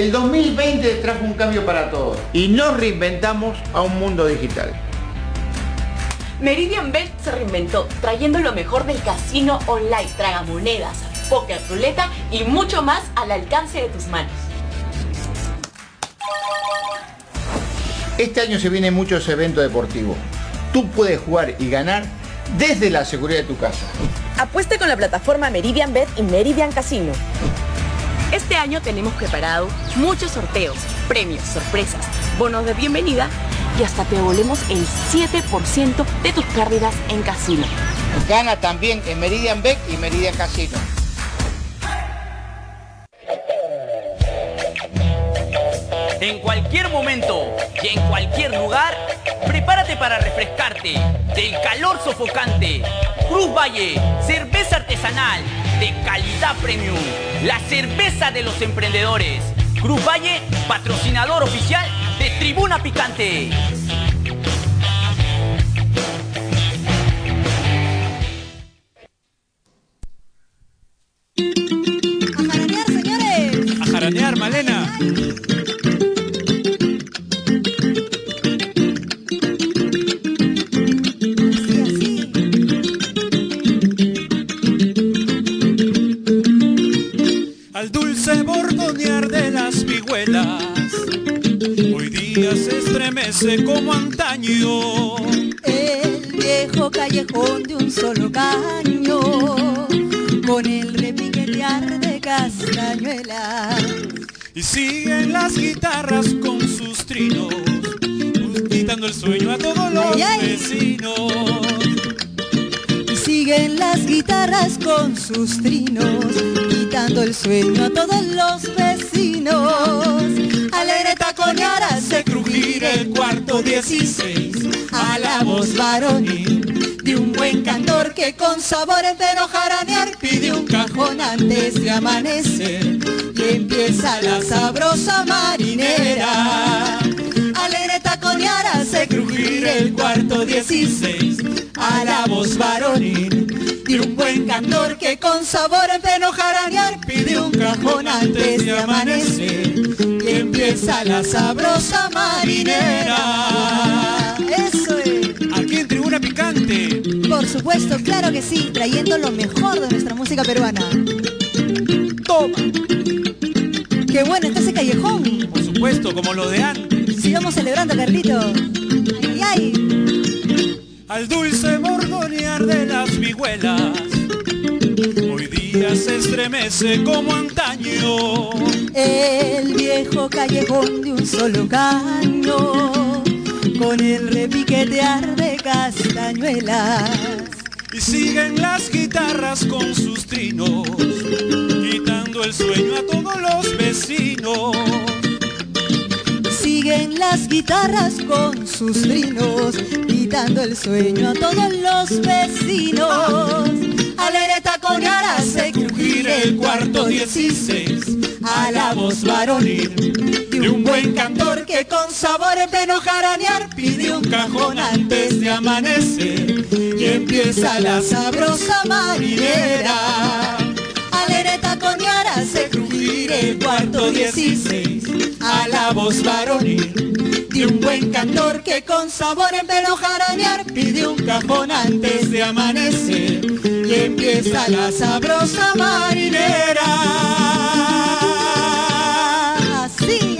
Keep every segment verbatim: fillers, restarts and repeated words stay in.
El dos mil veinte trajo un cambio para todos y nos reinventamos a un mundo digital. Meridian Bet se reinventó, trayendo lo mejor del casino online, tragamonedas, póker, ruleta y mucho más al alcance de tus manos. Este año se vienen muchos eventos deportivos. Tú puedes jugar y ganar desde la seguridad de tu casa. Apueste con la plataforma Meridian Bet y Meridian Casino. Este año tenemos preparado muchos sorteos, premios, sorpresas, bonos de bienvenida y hasta te devolvemos el siete por ciento de tus pérdidas en casino. Gana también en Meridian Bet y Meridian Casino. En cualquier momento y en cualquier lugar, prepárate para refrescarte del calor sofocante. Cruz Valle, cerveza artesanal de calidad premium, la cerveza de los emprendedores. Cruz Valle, patrocinador oficial de Tribuna Picante. ¡A jaranear, señores! ¡A jaranear, Malena! Al dulce bordonear de las vihuelas, hoy día se estremece como antaño El viejo callejón de un solo caño, con el repiquetear de castañuelas. y siguen las guitarras con sus trinos, quitando el sueño a todos los Ay, ay. vecinos. Y siguen las guitarras con sus trinos, quitando el sueño a todos los vecinos. Alegre taconear hace crujir el cuarto dieciséis, a la voz varonil de un buen cantor que con sabores de no jaranear pide un cajón antes de amanecer y empieza la sabrosa marinera. Alegre taconear hace crujir el cuarto dieciséis, a la voz varonil de un buen cantor que con sabor en pleno jaranear pide un cajón antes de amanecer y empieza la sabrosa marinera. Eso es. Aquí en Tribuna Picante. Por supuesto, claro que sí, trayendo lo mejor de nuestra música peruana. Toma. ¡Qué bueno está ese callejón! Por supuesto, como lo de antes. Sigamos celebrando, Carlito. ¡Ay, ay! Al dulce bordonear de las vihuelas, hoy día se estremece como antaño El viejo callejón de un solo caño, con el repiquetear de castañuelas. y siguen las guitarras con sus trinos, quitando el sueño a todos los vecinos. Siguen las guitarras con sus trinos, quitando el sueño a todos los vecinos. Alegre taconear hace crujir el cuarto dieciséis, a la voz varonil de un buen cantor que con sabor en pleno jaranear pide un cajón antes de amanecer y empieza la sabrosa marinera. Alegre taconear hace crujir el cuarto dieciséis, a la voz varonil de un buen cantor que con sabor en pleno jaranear pide un cajón antes de amanecer y empieza la sabrosa marinera. Así.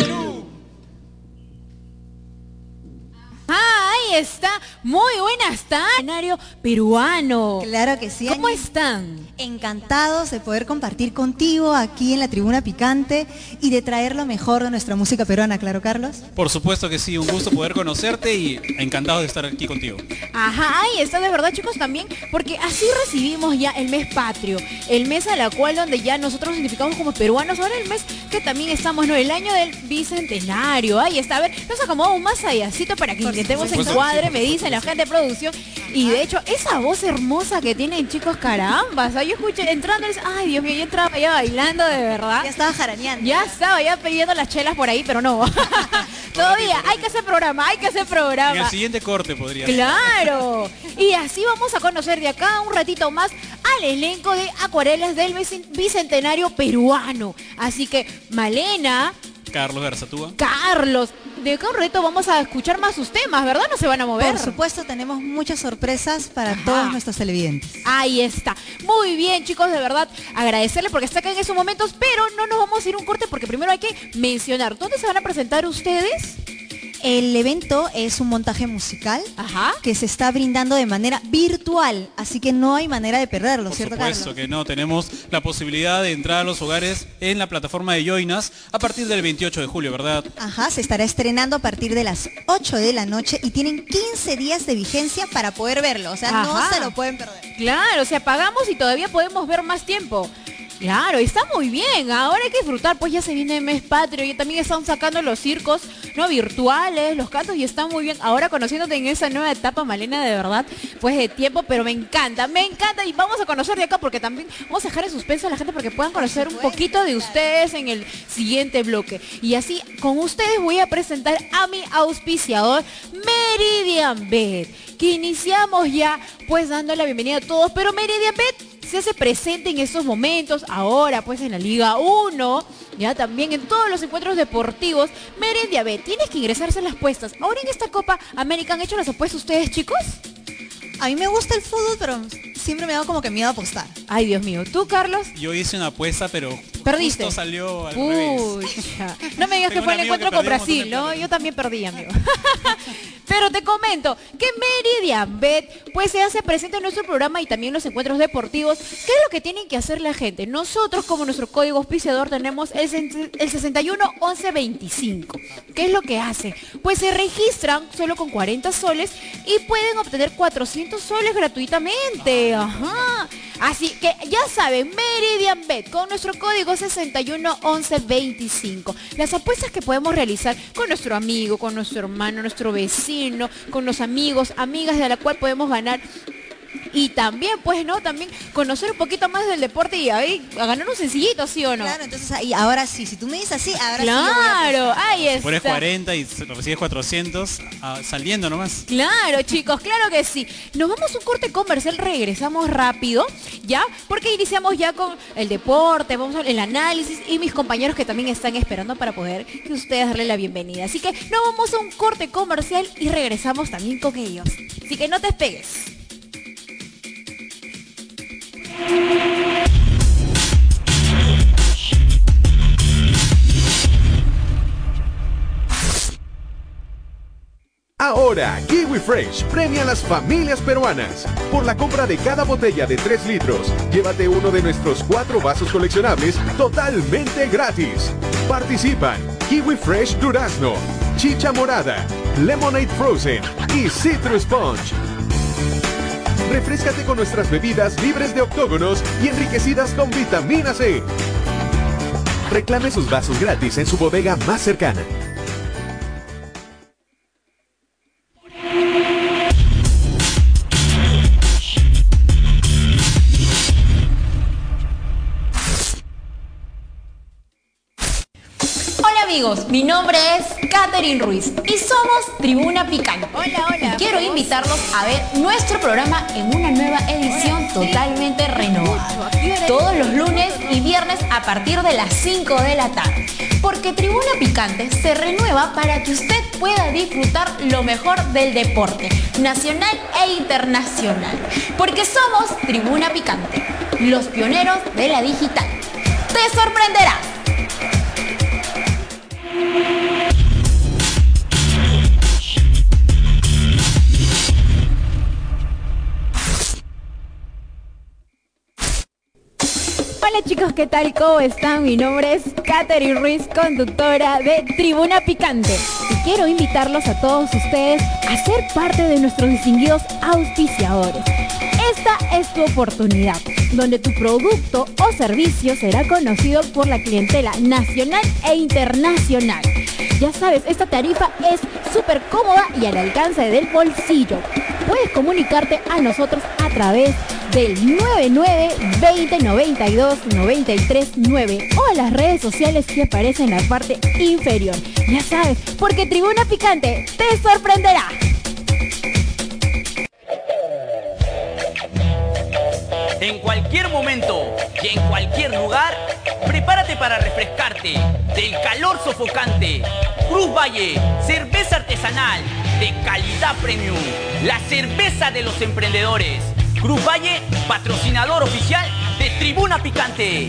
Ah, ahí está. Muy buenas tardes. Escenario peruano. Claro que sí. ¿Cómo Ani. están? Encantados de poder compartir contigo aquí en la Tribuna Picante y de traer lo mejor de nuestra música peruana, ¿claro, Carlos? Por supuesto que sí, un gusto poder conocerte y encantado de estar aquí contigo. Ajá, ahí está de verdad, chicos, también, porque así recibimos ya el mes patrio, el mes a la cual donde ya nosotros nos identificamos como peruanos, ahora el mes que también estamos, ¿no? El año del bicentenario, ahí está, a ver, nos acomodamos más allácito para que intentemos encuadre, me dicen la gente de producción, y de hecho, esa voz hermosa que tienen, chicos, caramba, o sea, yo escuché entrando, ay, Dios mío, yo entraba ya bailando, de verdad. Ya estaba jaraneando. Ya estaba ya pidiendo las chelas por ahí, pero no. Todavía hay que hacer programa, hay que hacer programa. En el siguiente corte podría ser. Claro. Y así vamos a conocer de acá un ratito más al elenco de Acuarelas del Bicentenario peruano. Así que, Malena, Carlos Garzatúa. Carlos, de acá un reto vamos a escuchar más sus temas, ¿verdad? No se van a mover. Por supuesto, tenemos muchas sorpresas para Ajá. todos nuestros televidentes. Ahí está. Muy bien, chicos, de verdad, agradecerle porque está acá en esos momentos, pero no nos vamos a ir a un corte porque primero hay que mencionar. ¿Dónde se van a presentar ustedes? El evento es un montaje musical Ajá. que se está brindando de manera virtual, así que no hay manera de perderlo, Por ¿cierto, supuesto Carlos? que no, tenemos la posibilidad de entrar a los hogares en la plataforma de Joinas a partir del veintiocho de julio, ¿verdad? Ajá, se estará estrenando a partir de las ocho de la noche y tienen quince días de vigencia para poder verlo, o sea, Ajá. no se lo pueden perder. Claro, o sea, pagamos y todavía podemos ver más tiempo. Claro, está muy bien. Ahora hay que disfrutar, pues ya se viene el mes patrio y también están sacando los circos, ¿no? Virtuales, los cantos y está muy bien. Ahora conociéndote en esa nueva etapa, Malena, de verdad, pues de tiempo, pero me encanta, me encanta y vamos a conocer de acá porque también vamos a dejar en suspenso a la gente para que puedan conocer un poquito de ustedes en el siguiente bloque. Y así, con ustedes voy a presentar a mi auspiciador, Meridian Bet, que iniciamos ya pues dando la bienvenida a todos, pero Meridian Bet se hace presente en estos momentos, ahora pues en la Liga uno, ya también en todos los encuentros deportivos. Meridian Bet, tienes que ingresarse a las apuestas. Ahora en esta Copa América, ¿han hecho las apuestas ustedes, chicos? A mí me gusta el fútbol, pero siempre me da como que miedo a apostar. Ay, Dios mío. ¿Tú, Carlos? Yo hice una apuesta, pero ¿Perdiste? justo salió al revés. Pucha. No me digas que Tengo fue un el amigo encuentro que con perdió, Brasil, un montón de ¿no? plata. Yo también perdí, amigo. Pero te comento que Meridian Bet pues se hace presente en nuestro programa y también en los encuentros deportivos. ¿Qué es lo que tienen que hacer la gente? Nosotros, como nuestro código auspiciador, tenemos el, sen- el sesenta y uno once veinticinco. ¿Qué es lo que hace? Pues se registran solo con cuarenta soles y pueden obtener cuatrocientos soles gratuitamente. Ajá. Así que ya saben, Meridian Bet con nuestro código sesenta y uno once veinticinco. Las apuestas que podemos realizar con nuestro amigo, con nuestro hermano, nuestro vecino, con los amigos, amigas de la cual podemos ganar. Y también, pues, ¿no? También conocer un poquito más del deporte y ahí, a ganar un sencillito, ¿sí o no? Claro, entonces ahí, ahora sí, si tú me dices así, ahora sí. yo voy a Claro, apostar. ahí está. Pones cuarenta y recibes cuatrocientos ah, saliendo nomás. Claro, chicos, claro que sí. Nos vamos a un corte comercial, regresamos rápido, ¿ya? Porque iniciamos ya con el deporte, vamos a el análisis y mis compañeros que también están esperando para poder que ustedes darle la bienvenida. Así que nos vamos a un corte comercial y regresamos también con ellos. Así que no te despegues. Ahora, Kiwi Fresh premia a las familias peruanas. Por la compra de cada botella de tres litros, llévate uno de nuestros cuatro vasos coleccionables totalmente gratis. Participan Kiwi Fresh Durazno, Chicha Morada, Lemonade Frozen y Citrus Sponge. Refréscate con nuestras bebidas libres de octógonos y enriquecidas con vitamina C. Reclame sus vasos gratis en su bodega más cercana. Hola amigos, mi nombre es Katherine Ruiz y somos Tribuna Picante. Hola, hola. Y quiero invitarlos a ver nuestro programa en una nueva edición totalmente renovada. Todos los lunes y viernes a partir de las cinco de la tarde. Porque Tribuna Picante se renueva para que usted pueda disfrutar lo mejor del deporte, nacional e internacional. Porque somos Tribuna Picante, los pioneros de la digital. ¡Te sorprenderás! Hola chicos, ¿qué tal? ¿Cómo están? Mi nombre es Katherine Ruiz, conductora de Tribuna Picante. Y quiero invitarlos a todos ustedes a ser parte de nuestros distinguidos auspiciadores. Esta es tu oportunidad, donde tu producto o servicio será conocido por la clientela nacional e internacional. Ya sabes, esta tarifa es súper cómoda y al alcance del bolsillo. Puedes comunicarte a nosotros a través del nueve nueve veinte noventa y dos noventa y tres nueve o a las redes sociales que aparecen en la parte inferior. Ya sabes, porque Tribuna Picante te sorprenderá. En cualquier momento y en cualquier lugar, prepárate para refrescar refrescarte del calor sofocante. Cruz Valle, cerveza artesanal de calidad premium. La cerveza de los emprendedores. Cruz Valle, patrocinador oficial de Tribuna Picante.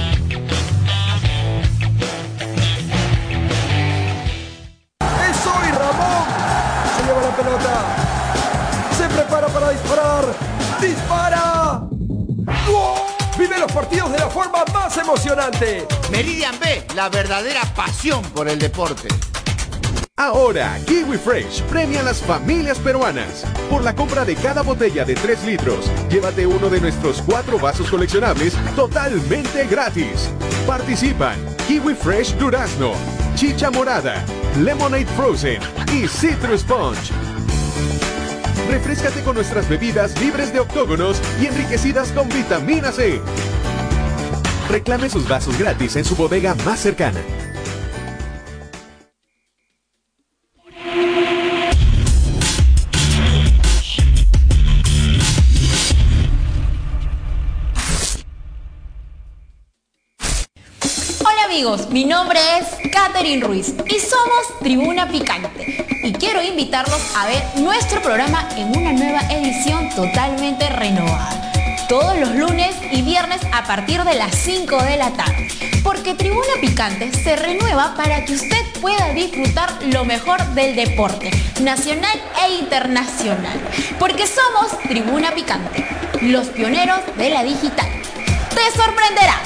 ¡Es hoy, Ramón! Se lleva la pelota. Se prepara para disparar. ¡Dispara! ¡Gol! Vive los partidos de la forma más emocionante. Meridian B, la verdadera pasión por el deporte. Ahora, Kiwi Fresh premia a las familias peruanas. Por la compra de cada botella de tres litros, llévate uno de nuestros cuatro vasos coleccionables totalmente gratis. Participan Kiwi Fresh Durazno, Chicha Morada, Lemonade Frozen y Citrus Punch. Refréscate con nuestras bebidas libres de octógonos y enriquecidas con vitamina C. Reclame sus vasos gratis en su bodega más cercana. Hola amigos, mi nombre es Katherine Ruiz y somos Tribuna Picante. Y quiero invitarlos a ver nuestro programa en una nueva edición totalmente renovada. Todos los lunes y viernes a partir de las cinco de la tarde. Porque Tribuna Picante se renueva para que usted pueda disfrutar lo mejor del deporte, nacional e internacional. Porque somos Tribuna Picante, los pioneros de la digital. ¡Te sorprenderás!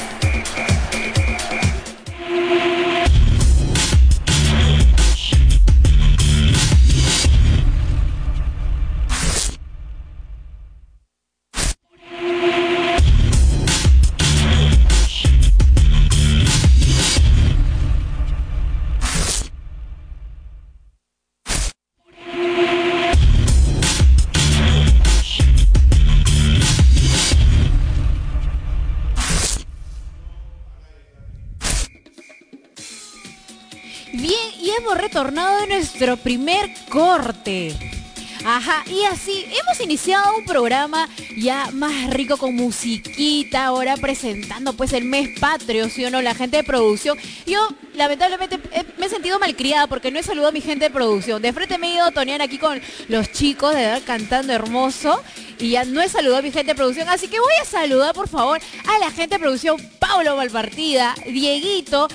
Retornado de nuestro primer corte. Ajá, y así hemos iniciado un programa ya más rico con musiquita, ahora presentando pues el mes patrio, ¿sí o no? La gente de producción. Yo lamentablemente he, me he sentido malcriada porque no he saludado a mi gente de producción. De frente me he ido a tonear aquí con los chicos, de verdad, cantando hermoso. Y ya no he saludado a mi gente de producción, así que voy a saludar por favor a la gente de producción. Paulo Valpartida, Dieguito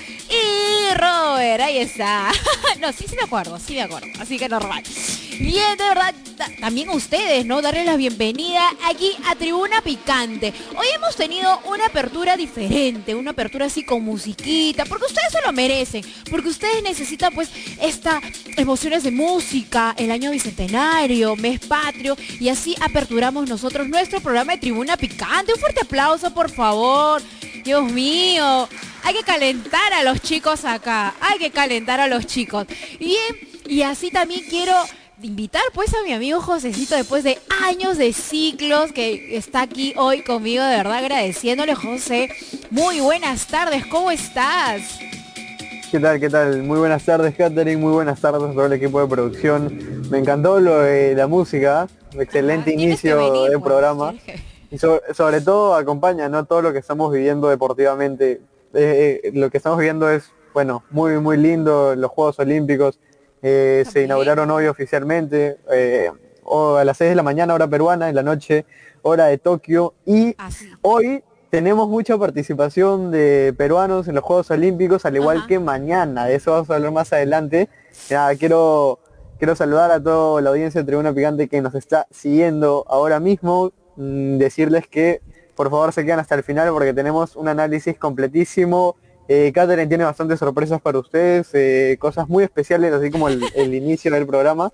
y Robert, ahí está. No, sí, sí me acuerdo, sí me acuerdo, así que normal. Bien, de verdad, también a ustedes, ¿no? Darles la bienvenida aquí a Tribuna Picante. Hoy hemos tenido una apertura diferente, una apertura así con musiquita, porque ustedes se lo merecen, porque ustedes necesitan pues estas emociones de música, el año bicentenario, mes patrio, y así aperturamos nosotros nuestro programa de Tribuna Picante. Un fuerte aplauso, por favor. Dios mío, hay que calentar a los chicos acá, hay que calentar a los chicos. Bien, y así también quiero invitar pues a mi amigo Josecito, después de años de ciclos, que está aquí hoy conmigo, de verdad agradeciéndole. José, muy buenas tardes, ¿cómo estás? ¿Qué tal, qué tal? Muy buenas tardes, Katherine, muy buenas tardes a todo el equipo de producción. Me encantó lo de la música, excelente ah, inicio venir, del pues, programa. Sí. Y sobre, sobre todo acompaña, ¿no?, todo lo que estamos viviendo deportivamente. Eh, eh, lo que estamos viviendo es, bueno, muy, muy lindo, los Juegos Olímpicos. Eh, se inauguraron hoy oficialmente, eh, a las seis de la mañana, hora peruana, en la noche, hora de Tokio. Y Así. hoy tenemos mucha participación de peruanos en los Juegos Olímpicos, al igual Ajá. que mañana. De eso vamos a hablar más adelante. Ya, quiero, quiero saludar a toda la audiencia de Tribuna Picante que nos está siguiendo ahora mismo. Mm, decirles que por favor se quedan hasta el final porque tenemos un análisis completísimo. Eh, Katherine tiene bastantes sorpresas para ustedes, eh, cosas muy especiales, así como el, el inicio del programa.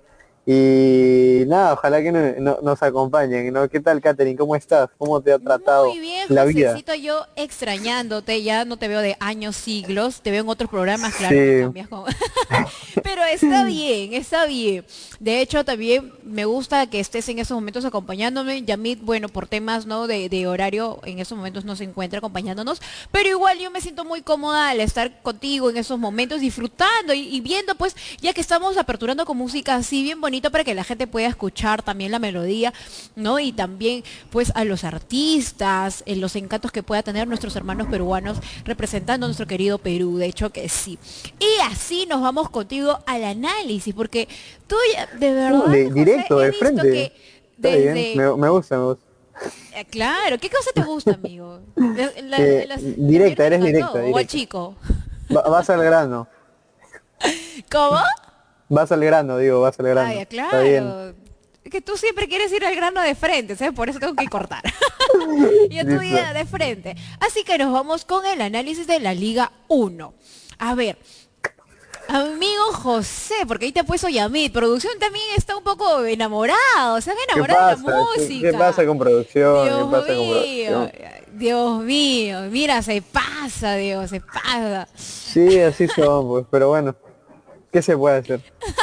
Y nada, ojalá que no, no, nos acompañen, ¿no? ¿Qué tal, Katherine? ¿Cómo estás? ¿Cómo te ha tratado Muy bien, la vida? Necesito yo extrañándote, ya no te veo de años, siglos, te veo en otros programas, claro, sí. que cambias como... Pero está bien, está bien. De hecho, también me gusta que estés en esos momentos acompañándome. Yamit, bueno, por temas no de, de horario, en esos momentos no se encuentra acompañándonos, pero igual yo me siento muy cómoda al estar contigo en esos momentos, disfrutando y, y viendo, pues, ya que estamos aperturando con música así bien bonita, bonito para que la gente pueda escuchar también la melodía, ¿no? Y también pues a los artistas, en los encantos que pueda tener nuestros hermanos peruanos representando a nuestro querido Perú, de hecho que sí. Y así nos vamos contigo al análisis, porque tú ya, de verdad, de, José, directo, he de visto frente. que Está desde... bien, me, me gusta, me gusta. Eh, claro, ¿qué cosa te gusta, amigo? La- la- Eh, las- directa, las eres piernas, directa, todo, o al directa. chico. Va- vas al grano. ¿Cómo? Vas al grano, digo, vas al grano. Ah, ya, Está bien. claro. Es que tú siempre quieres ir al grano de frente, ¿sabes? Por eso tengo que cortar. Yo tu Listo. vida de frente. Así que nos vamos con el análisis de la Liga uno. A ver, amigo José, porque ahí te ha puesto Yamit. Producción también está un poco enamorado. Se han ¿Qué enamorado de pasa? la ¿Qué, música. qué pasa con producción? Dios ¿Qué pasa con mío, producción? Dios mío, mira, se pasa, Dios, se pasa. Sí, así son, pues, pero bueno, ¿qué se puede hacer?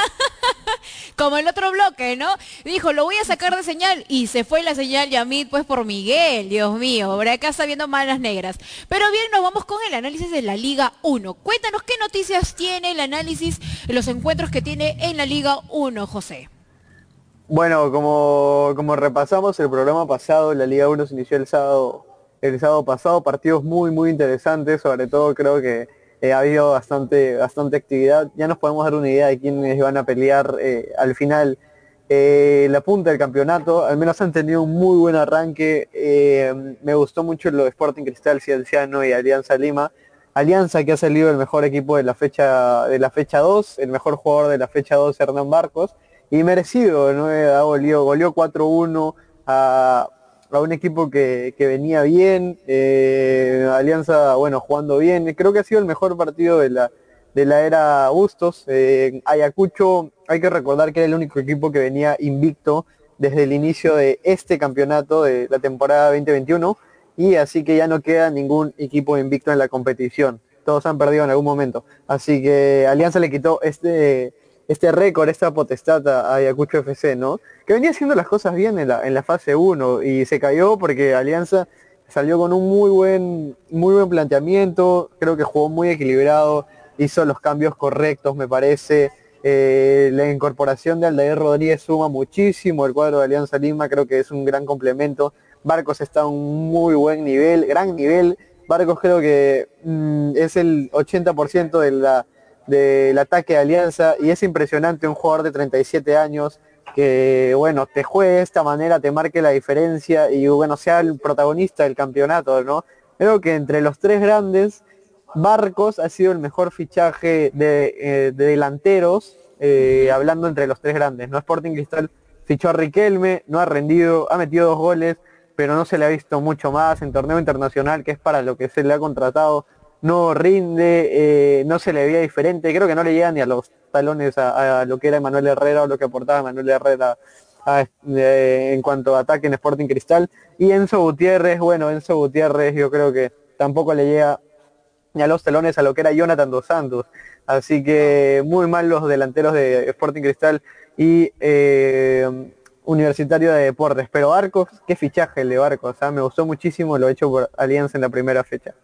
Como el otro bloque, ¿no? Dijo, lo voy a sacar de señal y se fue la señal Yamit pues por Miguel, Dios mío, por acá está viendo malas negras. Pero bien, nos vamos con el análisis de la Liga uno. Cuéntanos qué noticias tiene el análisis, los encuentros que tiene en la Liga uno, José. Bueno, como, como repasamos el programa pasado, la Liga uno se inició el sábado, el sábado pasado, partidos muy, muy interesantes, sobre todo creo que eh, ha habido bastante, bastante actividad. Ya nos podemos dar una idea de quiénes van a pelear eh, al final eh, la punta del campeonato. Al menos han tenido un muy buen arranque. Eh, me gustó mucho lo de Sporting Cristal, Cienciano y Alianza Lima. Alianza, que ha salido el mejor equipo de la fecha de la fecha dos, el mejor jugador de la fecha dos, Hernán Barcos, y merecido, ¿no? Ha goleó, goleó cuatro uno a, a un equipo que, que venía bien, eh, Alianza, bueno, jugando bien. Creo que ha sido el mejor partido de la, de la era Bustos. Eh, Ayacucho, hay que recordar que era el único equipo que venía invicto desde el inicio de este campeonato de la temporada veinte veintiuno, y así que ya no queda ningún equipo invicto en la competición. Todos han perdido en algún momento. Así que Alianza le quitó este, este récord, esta potestad a Ayacucho F C, ¿no? Que venía haciendo las cosas bien en la, en la fase uno y se cayó porque Alianza salió con un muy buen, muy buen planteamiento. Creo que jugó muy equilibrado, hizo los cambios correctos, me parece. Eh, la incorporación de Aldair Rodríguez suma muchísimo el cuadro de Alianza Lima, creo que es un gran complemento. Barcos está a un muy buen nivel, gran nivel. Barcos creo que mmm, es el ochenta por ciento de la, del ataque de Alianza, y es impresionante un jugador de treinta y siete años que, bueno, te juegue de esta manera, te marque la diferencia y, bueno, sea el protagonista del campeonato, ¿no? Creo que entre los tres grandes, Barcos ha sido el mejor fichaje de, eh, de delanteros, eh, hablando entre los tres grandes, ¿no? Sporting Cristal fichó a Riquelme, no ha rendido, ha metido dos goles, pero no se le ha visto mucho más en torneo internacional, que es para lo que se le ha contratado. No rinde, eh, no se le veía diferente, creo que no le llega ni a los talones a, a lo que era Manuel Herrera o lo que aportaba Manuel Herrera a, eh, en cuanto a ataque en Sporting Cristal. Y Enzo Gutiérrez, bueno, Enzo Gutiérrez yo creo que tampoco le llega ni a los talones a lo que era Jonathan Dos Santos. Así que muy mal los delanteros de Sporting Cristal y eh, Universitario de Deportes. Pero Barcos, qué fichaje el de Barcos, ¿eh? Me gustó muchísimo lo hecho por Alianza en la primera fecha.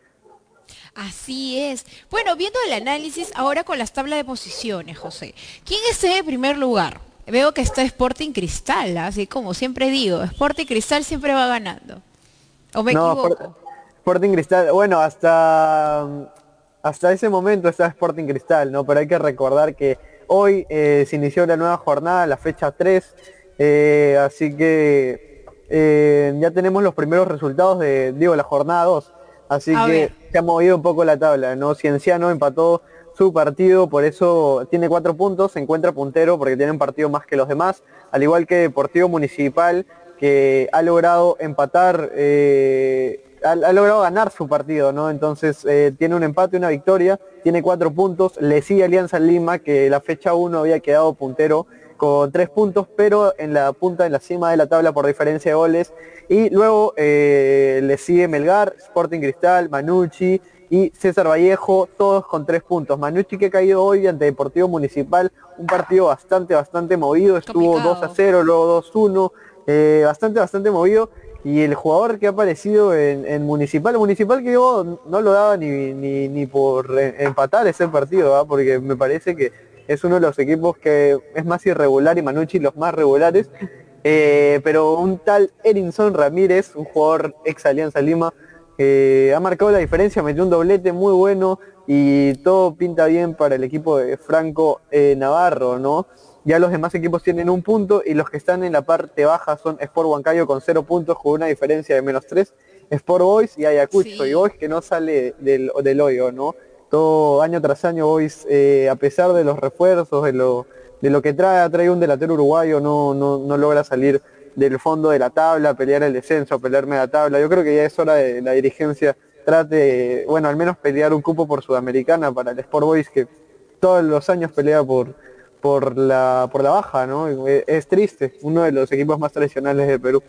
Así es. Bueno, viendo el análisis ahora con las tablas de posiciones, José. ¿Quién está en primer lugar? Veo que está Sporting Cristal, así como siempre digo, Sporting Cristal siempre va ganando. ¿O me no, equivoco? Sport, Sporting Cristal, bueno, hasta, hasta ese momento está Sporting Cristal, ¿no? Pero hay que recordar que hoy eh, se inició la nueva jornada, la fecha tres, eh, así que eh, ya tenemos los primeros resultados de, digo, la jornada dos. Así A que ver. se ha movido un poco la tabla, ¿no? Cienciano empató su partido, por eso tiene cuatro puntos, se encuentra puntero porque tiene un partido más que los demás, al igual que Deportivo Municipal, que ha logrado empatar, eh, ha, ha logrado ganar su partido, ¿no? Entonces eh, tiene un empate, una victoria, tiene cuatro puntos, le sigue Alianza Lima, que la fecha uno había quedado puntero con tres puntos, pero en la punta, en la cima de la tabla por diferencia de goles. Y luego eh, le sigue Melgar, Sporting Cristal, Manucci y César Vallejo, todos con tres puntos. Manucci, que ha caído hoy ante Deportivo Municipal, un partido bastante, bastante movido, estuvo Complicado. dos a cero, luego dos uno, eh, bastante, bastante movido. Y el jugador que ha aparecido en, en Municipal, Municipal que yo no lo daba ni, ni, ni por eh, empatar ese partido, ¿eh? Porque me parece que es uno de los equipos que es más irregular y Manucci los más regulares, eh, pero un tal Erinson Ramírez, un jugador ex Alianza Lima, eh, ha marcado la diferencia, metió un doblete muy bueno y todo pinta bien para el equipo de Franco eh, Navarro, ¿no? Ya los demás equipos tienen un punto y los que están en la parte baja son Sport Huancayo con cero puntos con una diferencia de menos tres, Sport Boys y Ayacucho, sí. Y Boys que no sale del, del hoyo, ¿no? Todo año tras año Boys, eh, a pesar de los refuerzos, de lo, de lo que trae, trae un delantero uruguayo, no, no, no logra salir del fondo de la tabla, pelear el descenso, pelearme la tabla. Yo creo que ya es hora de la dirigencia trate, bueno, al menos pelear un cupo por Sudamericana para el Sport Boys, que todos los años pelea por, por, la, por la baja, ¿no? Es triste, uno de los equipos más tradicionales de Perú.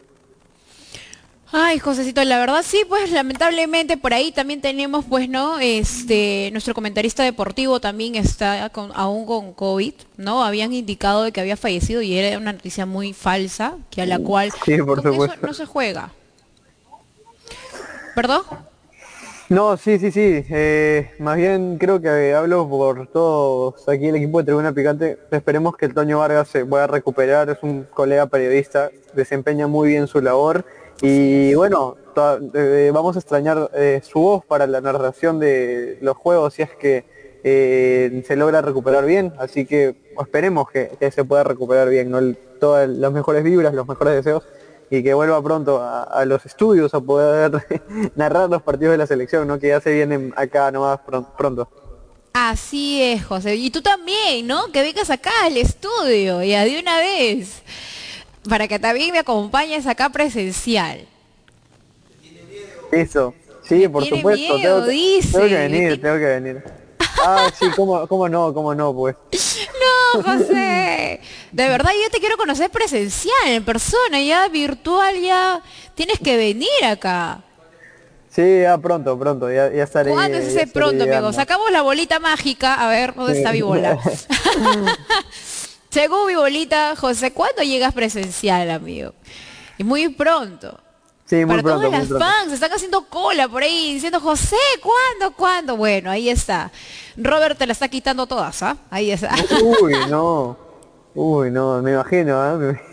Ay, Josecito, la verdad sí, pues lamentablemente por ahí también tenemos, pues, ¿no? Este, nuestro comentarista deportivo también está con, aún con COVID, ¿no? Habían indicado de que había fallecido y era una noticia muy falsa, que a la cual sí, por con supuesto. Eso no se juega. ¿Perdón? No, sí, sí, sí. Eh, más bien creo que hablo por todos aquí el equipo de Tribuna Picante. Esperemos que el Toño Vargas se pueda recuperar. Es un colega periodista, desempeña muy bien su labor. Y bueno, eh, vamos a extrañar eh, su voz para la narración de los juegos si es que eh, se logra recuperar bien. Así que esperemos que, que se pueda recuperar bien, ¿no? El, todas las mejores vibras, los mejores deseos. Y que vuelva pronto a, a los estudios a poder narrar los partidos de la selección, ¿no? Que ya se vienen acá nomás pronto. Así es, José. Y tú también, ¿no? Que vengas acá al estudio, ya de una vez. Para que también me acompañes acá presencial. Eso. Sí, por tiene supuesto. Miedo, tengo, que, dice. tengo que venir, tengo que venir. Ah, sí, cómo, cómo no, cómo no, pues. No, José. De verdad, yo te quiero conocer presencial, en persona, ya virtual, ya. Tienes que venir acá. Sí, ya pronto, pronto, ya, ya estaré. ¿Cuándo es ese pronto, amigo? Sacamos la bolita mágica. A ver, ¿dónde sí. está mi bola? Según mi bolita, José, ¿cuándo llegas presencial, amigo? Y muy pronto. Sí, muy Para pronto, todas muy las pronto. fans, están haciendo cola por ahí, diciendo, José, ¿cuándo, cuándo? Bueno, ahí está. Robert te la está quitando todas, ¿ah? ¿eh? Ahí está. Uy, no. Uy, no, me imagino, ¿eh?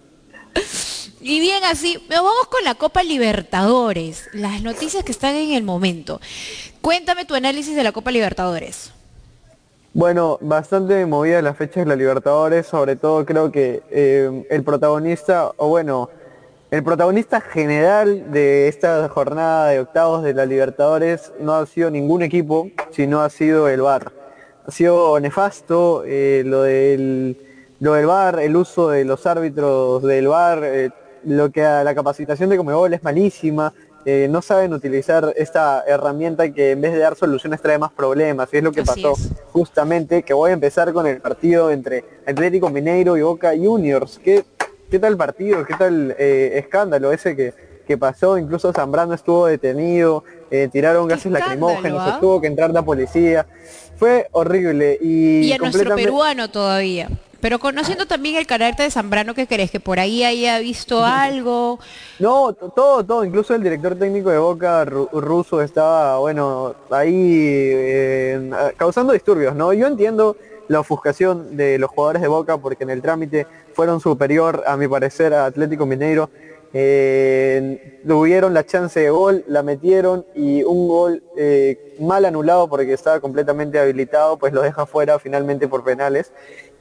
Y bien así, vamos con la Copa Libertadores, las noticias que están en el momento. Cuéntame tu análisis de la Copa Libertadores. Bueno, bastante movida las fechas de la Libertadores, sobre todo creo que eh, el protagonista, o bueno, el protagonista general de esta jornada de octavos de la Libertadores no ha sido ningún equipo, sino ha sido el V A R. Ha sido nefasto eh, lo del lo del V A R, el uso de los árbitros del V A R, eh, lo que a la capacitación de Conmebol es malísima. Eh, no saben utilizar esta herramienta que en vez de dar soluciones trae más problemas, y es lo que Así pasó es. justamente, que voy a empezar con el partido entre Atlético Mineiro y Boca Juniors. ¿Qué, qué tal partido? ¿Qué tal eh, escándalo ese que, que pasó? Incluso Zambrano estuvo detenido, eh, tiraron gases lacrimógenos, ¿ah? tuvo que entrar la policía. Fue horrible y, Y a nuestro completamente... peruano todavía. Pero conociendo también el carácter de Zambrano, ¿qué crees? ¿Que por ahí haya visto algo? No, t- todo, todo, incluso el director técnico de Boca, Ru- Russo, estaba, bueno, ahí eh, causando disturbios, ¿no? Yo entiendo la ofuscación de los jugadores de Boca porque en el trámite fueron superior, a mi parecer, a Atlético Mineiro. Eh, tuvieron la chance de gol, la metieron y un gol eh, mal anulado porque estaba completamente habilitado, pues lo deja fuera finalmente por penales.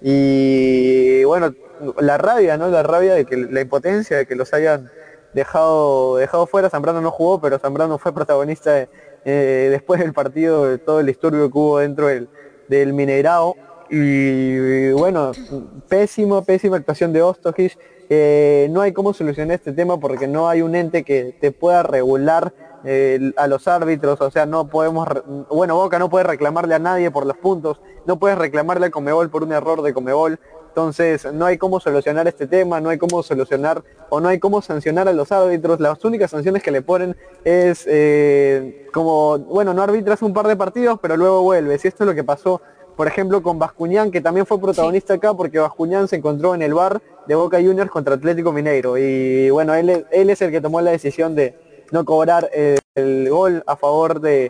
Y bueno, la rabia, ¿no? La rabia de que la impotencia de que los hayan dejado dejado fuera. Zambrano no jugó, pero Zambrano fue protagonista de, eh, después del partido, de todo el disturbio que hubo dentro del, del Mineirao. Y, y bueno, pésimo, pésima actuación de Ostojic. Eh, no hay cómo solucionar este tema porque no hay un ente que te pueda regular eh, a los árbitros, o sea, no podemos, re- bueno, Boca no puede reclamarle a nadie por los puntos, no puedes reclamarle a Conmebol por un error de Conmebol, entonces no hay cómo solucionar este tema, no hay cómo solucionar o no hay cómo sancionar a los árbitros. Las únicas sanciones que le ponen es eh, como, bueno, no arbitras un par de partidos pero luego vuelves, y esto es lo que pasó por ejemplo con Bascuñán, que también fue protagonista acá porque Bascuñán se encontró en el V A R de Boca Juniors contra Atlético Mineiro y bueno, él, él es el que tomó la decisión de no cobrar eh, el gol a favor de,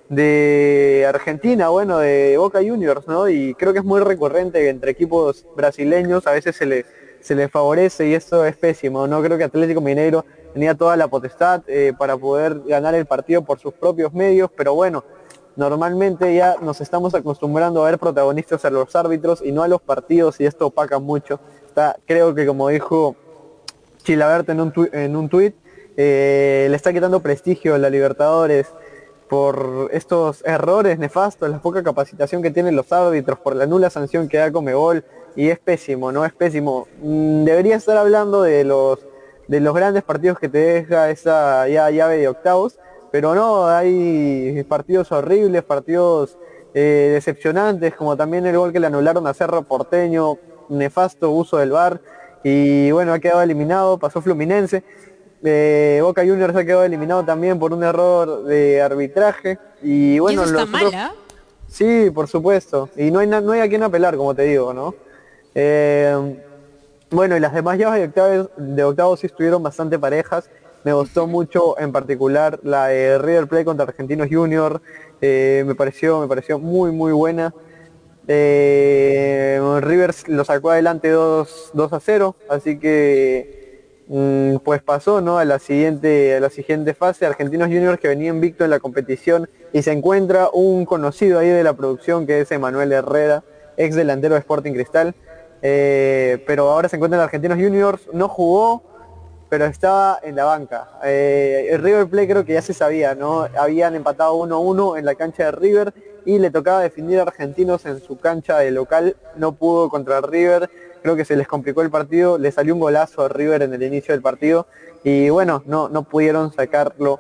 de Argentina, bueno, de Boca Juniors, ¿no? Y creo que es muy recurrente que entre equipos brasileños a veces se le, se les favorece y esto es pésimo, ¿no? Creo que Atlético Mineiro tenía toda la potestad eh, para poder ganar el partido por sus propios medios, pero bueno, normalmente ya nos estamos acostumbrando a ver protagonistas a los árbitros y no a los partidos y esto opaca mucho. Está, creo que como dijo Chilavert en un, tu, en un tuit, eh, le está quitando prestigio a la Libertadores por estos errores nefastos, la poca capacitación que tienen los árbitros, por la nula sanción que da Conmebol, y es pésimo, ¿no? Es pésimo. Mm, debería estar hablando de los de los grandes partidos que te deja esa ya llave de octavos, pero no, hay partidos horribles, partidos eh, decepcionantes, como también el gol que le anularon a Cerro Porteño, nefasto uso del V A R, y bueno, ha quedado eliminado, pasó Fluminense. Eh, Boca Juniors ha quedado eliminado también por un error de arbitraje, y bueno, ¿Y eso está los mal, otros... ¿eh? Sí, por supuesto, y no hay, no hay a quien apelar, como te digo, ¿no? Eh, bueno, y las demás llaves de octavos, de octavos sí estuvieron bastante parejas. Me gustó mucho en particular la de River Plate contra Argentinos Junior, eh, me pareció me pareció muy muy buena. Eh, River lo sacó adelante dos a cero, así que mm, pues pasó, ¿no? a la siguiente a la siguiente fase. Argentinos Junior, que venía invicto en la competición, y se encuentra un conocido ahí de la producción que es Emanuel Herrera, ex delantero de Sporting Cristal. Eh, pero ahora se encuentra en Argentinos Juniors, no jugó, pero estaba en la banca. Eh, el River Plate creo que ya se sabía, ¿no? Habían empatado uno a uno en la cancha de River y le tocaba definir a Argentinos en su cancha de local, no pudo contra River, creo que se les complicó el partido, le salió un golazo a River en el inicio del partido y bueno, no, no pudieron sacarlo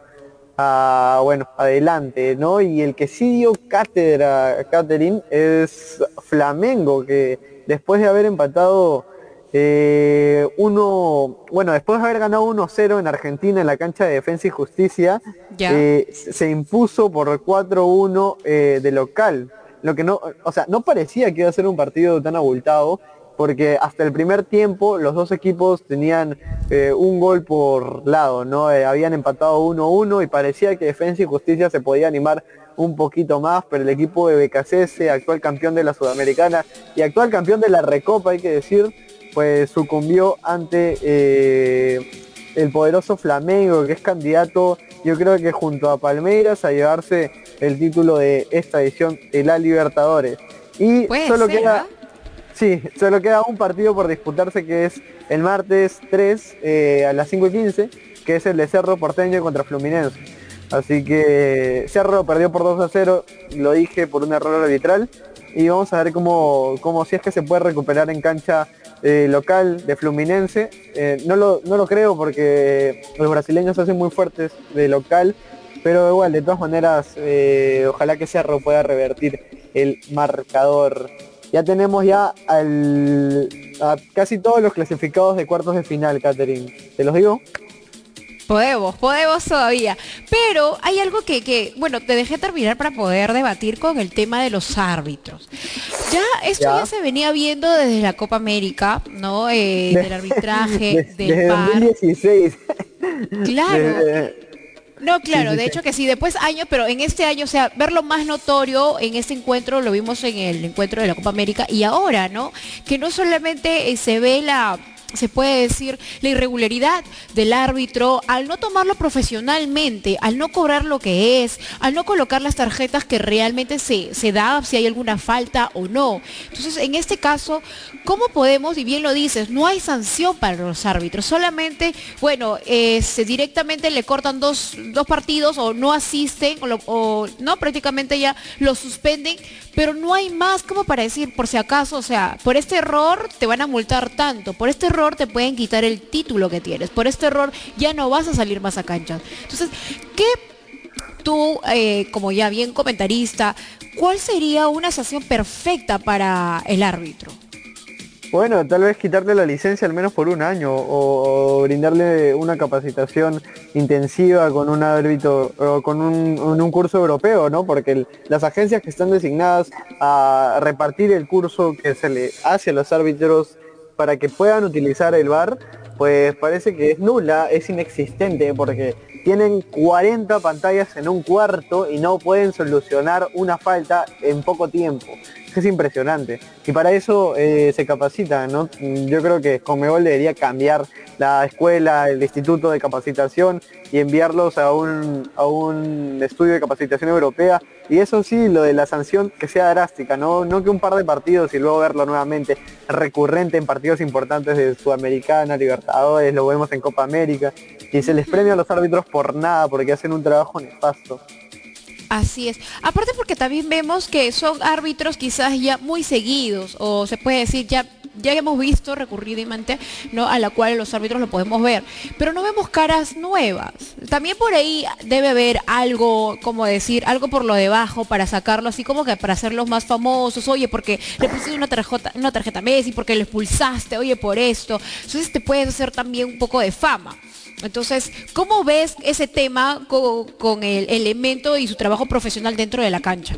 a, bueno, adelante, ¿no? Y el que sí dio cátedra, Catherine, es Flamengo, que después de haber empatado eh, uno, bueno, después de haber ganado uno cero en Argentina en la cancha de Defensa y Justicia, eh, se impuso por cuatro uno eh, de local, lo que no, o sea, no parecía que iba a ser un partido tan abultado, porque hasta el primer tiempo los dos equipos tenían eh, un gol por lado, ¿no? Eh, habían empatado uno uno y parecía que Defensa y Justicia se podía animar un poquito más, pero el equipo de B K C S, actual campeón de la Sudamericana y actual campeón de la Recopa, hay que decir, pues sucumbió ante eh, el poderoso Flamengo, que es candidato, yo creo que junto a Palmeiras, a llevarse el título de esta edición de la Libertadores. Y solo ser, queda... ¿eh? Sí, solo queda un partido por disputarse, que es el martes tres eh, a las cinco y quince, que es el de Cerro Porteño contra Fluminense. Así que Cerro perdió por dos a cero, lo dije, por un error arbitral, y vamos a ver cómo, cómo si es que se puede recuperar en cancha eh, local de Fluminense. Eh, no, lo, no lo creo, porque los brasileños se hacen muy fuertes de local, pero igual, de todas maneras, eh, ojalá que Cerro pueda revertir el marcador. Ya tenemos ya al, a casi todos los clasificados de cuartos de final, Catherine. ¿Te los digo? Podemos, podemos todavía. Pero hay algo que, que, bueno, te dejé terminar para poder debatir con el tema de los árbitros. Ya, esto ya, ya se venía viendo desde la Copa América, ¿no? Eh, de, del arbitraje, de, del desde V A R. dos mil dieciséis. Claro. De, No, claro, sí, sí, de sí. hecho que sí, después años, pero en este año, o sea, verlo más notorio en este encuentro, lo vimos en el encuentro de la Copa América, y ahora, ¿no? Que no solamente eh, se ve la... se puede decir la irregularidad del árbitro al no tomarlo profesionalmente, al no cobrar lo que es, al no colocar las tarjetas que realmente se, se da, si hay alguna falta o no. Entonces, en este caso, ¿cómo podemos, y bien lo dices, no hay sanción para los árbitros, solamente, bueno, eh, se directamente le cortan dos, dos partidos o no asisten, o, lo, o no, prácticamente ya lo suspenden, pero no hay más como para decir, por si acaso, o sea, por este error te van a multar tanto, por este error te pueden quitar el título que tienes, por este error ya no vas a salir más a cancha. Entonces, ¿qué tú, eh, como ya bien comentarista, cuál sería una sanción perfecta para el árbitro? Bueno, tal vez quitarle la licencia al menos por un año, o, o brindarle una capacitación intensiva con un árbitro o con un, un, un curso europeo, ¿no? Porque el, las agencias que están designadas a repartir el curso que se le hace a los árbitros para que puedan utilizar el V A R, pues parece que es nula, es inexistente, porque tienen cuarenta pantallas en un cuarto y no pueden solucionar una falta en poco tiempo. Es impresionante. Y para eso eh, se capacitan, ¿no? Yo creo que Conmebol debería cambiar la escuela, el instituto de capacitación y enviarlos a un, a un estudio de capacitación europea. Y eso sí, lo de la sanción que sea drástica, ¿no? No que un par de partidos y luego verlo nuevamente recurrente en partidos importantes de Sudamericana, Libertadores, lo vemos en Copa América. Y se les premia a los árbitros por nada, porque hacen un trabajo nefasto. Así es. Aparte porque también vemos que son árbitros quizás ya muy seguidos, o se puede decir ya ya hemos visto recurridamente, ¿no?, a la cual los árbitros lo podemos ver, pero no vemos caras nuevas. También por ahí debe haber algo, como decir, algo por lo debajo para sacarlo, así como que para hacerlos más famosos. Oye, porque le pusiste una tarjeta, una tarjeta Messi, porque lo expulsaste, oye, por esto. Entonces te puedes hacer también un poco de fama. Entonces, ¿cómo ves ese tema con, con el elemento y su trabajo profesional dentro de la cancha?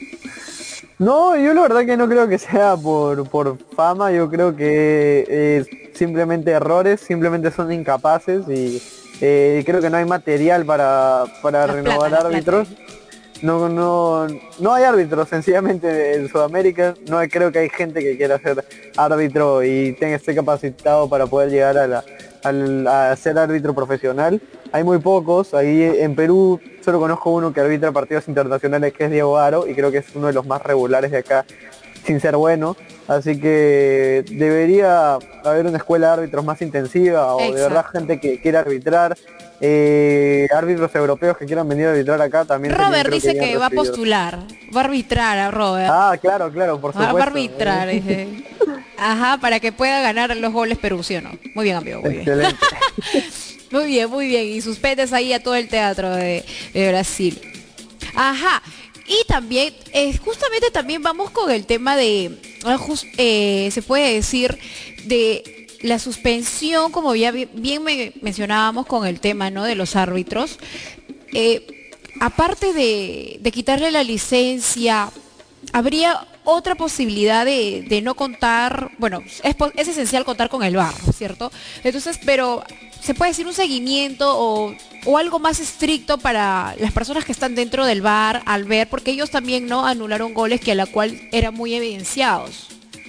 No, yo la verdad que no creo que sea por, por fama, yo creo que eh, simplemente errores, simplemente son incapaces y eh, creo que no hay material para, para renovar plata, árbitros. No, no, no hay árbitros sencillamente en Sudamérica, no hay, creo que hay gente que quiera ser árbitro y tenga esté capacitado para poder llegar a, la, a, a ser árbitro profesional. Hay muy pocos, ahí en Perú solo conozco uno que arbitra partidos internacionales, que es Diego Aro, y creo que es uno de los más regulares de acá, sin ser bueno. Así que debería haber una escuela de árbitros más intensiva, o Exacto. de verdad gente que quiera arbitrar. Eh, árbitros europeos que quieran venir a arbitrar acá también. Robert dice que, que va a postular, va a arbitrar a Robert. Ah, claro, claro, por supuesto. Va a arbitrar, eh. Ajá, para que pueda ganar los goles Perú, ¿sí o no? Muy bien, amigo, muy Excelente. bien. Muy bien, muy bien. Y suspendes ahí a todo el teatro de, de Brasil. Ajá. Y también, eh, justamente también vamos con el tema de, just, eh, se puede decir, de la suspensión, como ya bien, bien me mencionábamos con el tema, ¿no?, de los árbitros. Eh, aparte de, de quitarle la licencia, habría otra posibilidad de, de no contar, bueno, es, es esencial contar con el V A R, ¿cierto? Entonces, pero se puede decir un seguimiento o, o algo más estricto para las personas que están dentro del V A R al ver, porque ellos también no anularon goles que a la cual eran muy evidenciados.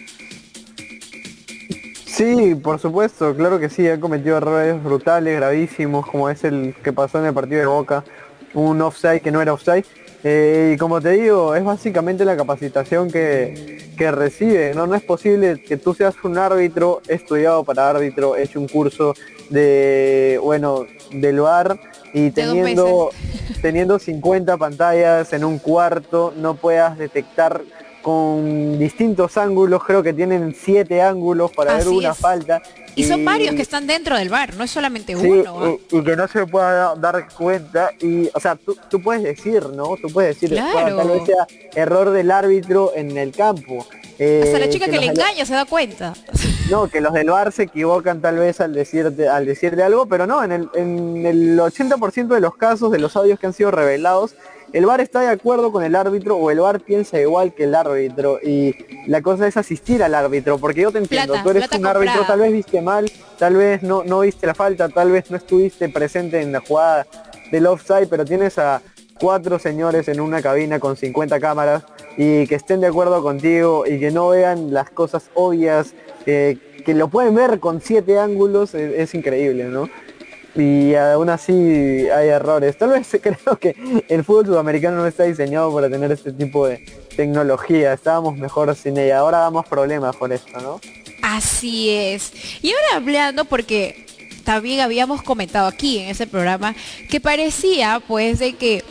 Sí, por supuesto, claro que sí, han cometido errores brutales, gravísimos, como es el que pasó en el partido de Boca, un offside que no era offside. Eh, y como te digo, es básicamente la capacitación que, que recibe, ¿no? No es posible que tú seas un árbitro estudiado para árbitro, hecho un curso de, bueno, del V A R y teniendo, teniendo cincuenta pantallas en un cuarto, no puedas detectar con distintos ángulos, creo que tienen siete ángulos para Así ver una es. falta. Y son y, varios que están dentro del V A R, no es solamente sí, uno. ¿eh? Y, y que no se pueda dar cuenta. Y, o sea, tú, tú puedes decir, ¿no? Tú puedes decir, claro. tal vez sea error del árbitro en el campo. Eh, Hasta la chica que, que le engaña se da cuenta. No, que los del V A R se equivocan tal vez al decirte, al decirte algo, pero no, en el, en el ochenta por ciento de los casos de los audios que han sido revelados, el V A R está de acuerdo con el árbitro o el V A R piensa igual que el árbitro y la cosa es asistir al árbitro, porque yo te entiendo, plata, tú eres un comprada. árbitro, tal vez viste mal, tal vez no, no viste la falta, tal vez no estuviste presente en la jugada del offside, pero tienes a cuatro señores en una cabina con cincuenta cámaras y que estén de acuerdo contigo y que no vean las cosas obvias, eh, que lo pueden ver con siete ángulos, es, es increíble, ¿no? Y aún así hay errores. Tal vez creo que el fútbol sudamericano no está diseñado para tener este tipo de tecnología. Estábamos mejor sin ella. Ahora damos problemas por esto, ¿no? Así es. Y ahora hablando, porque también habíamos comentado aquí en ese programa, que parecía pues de que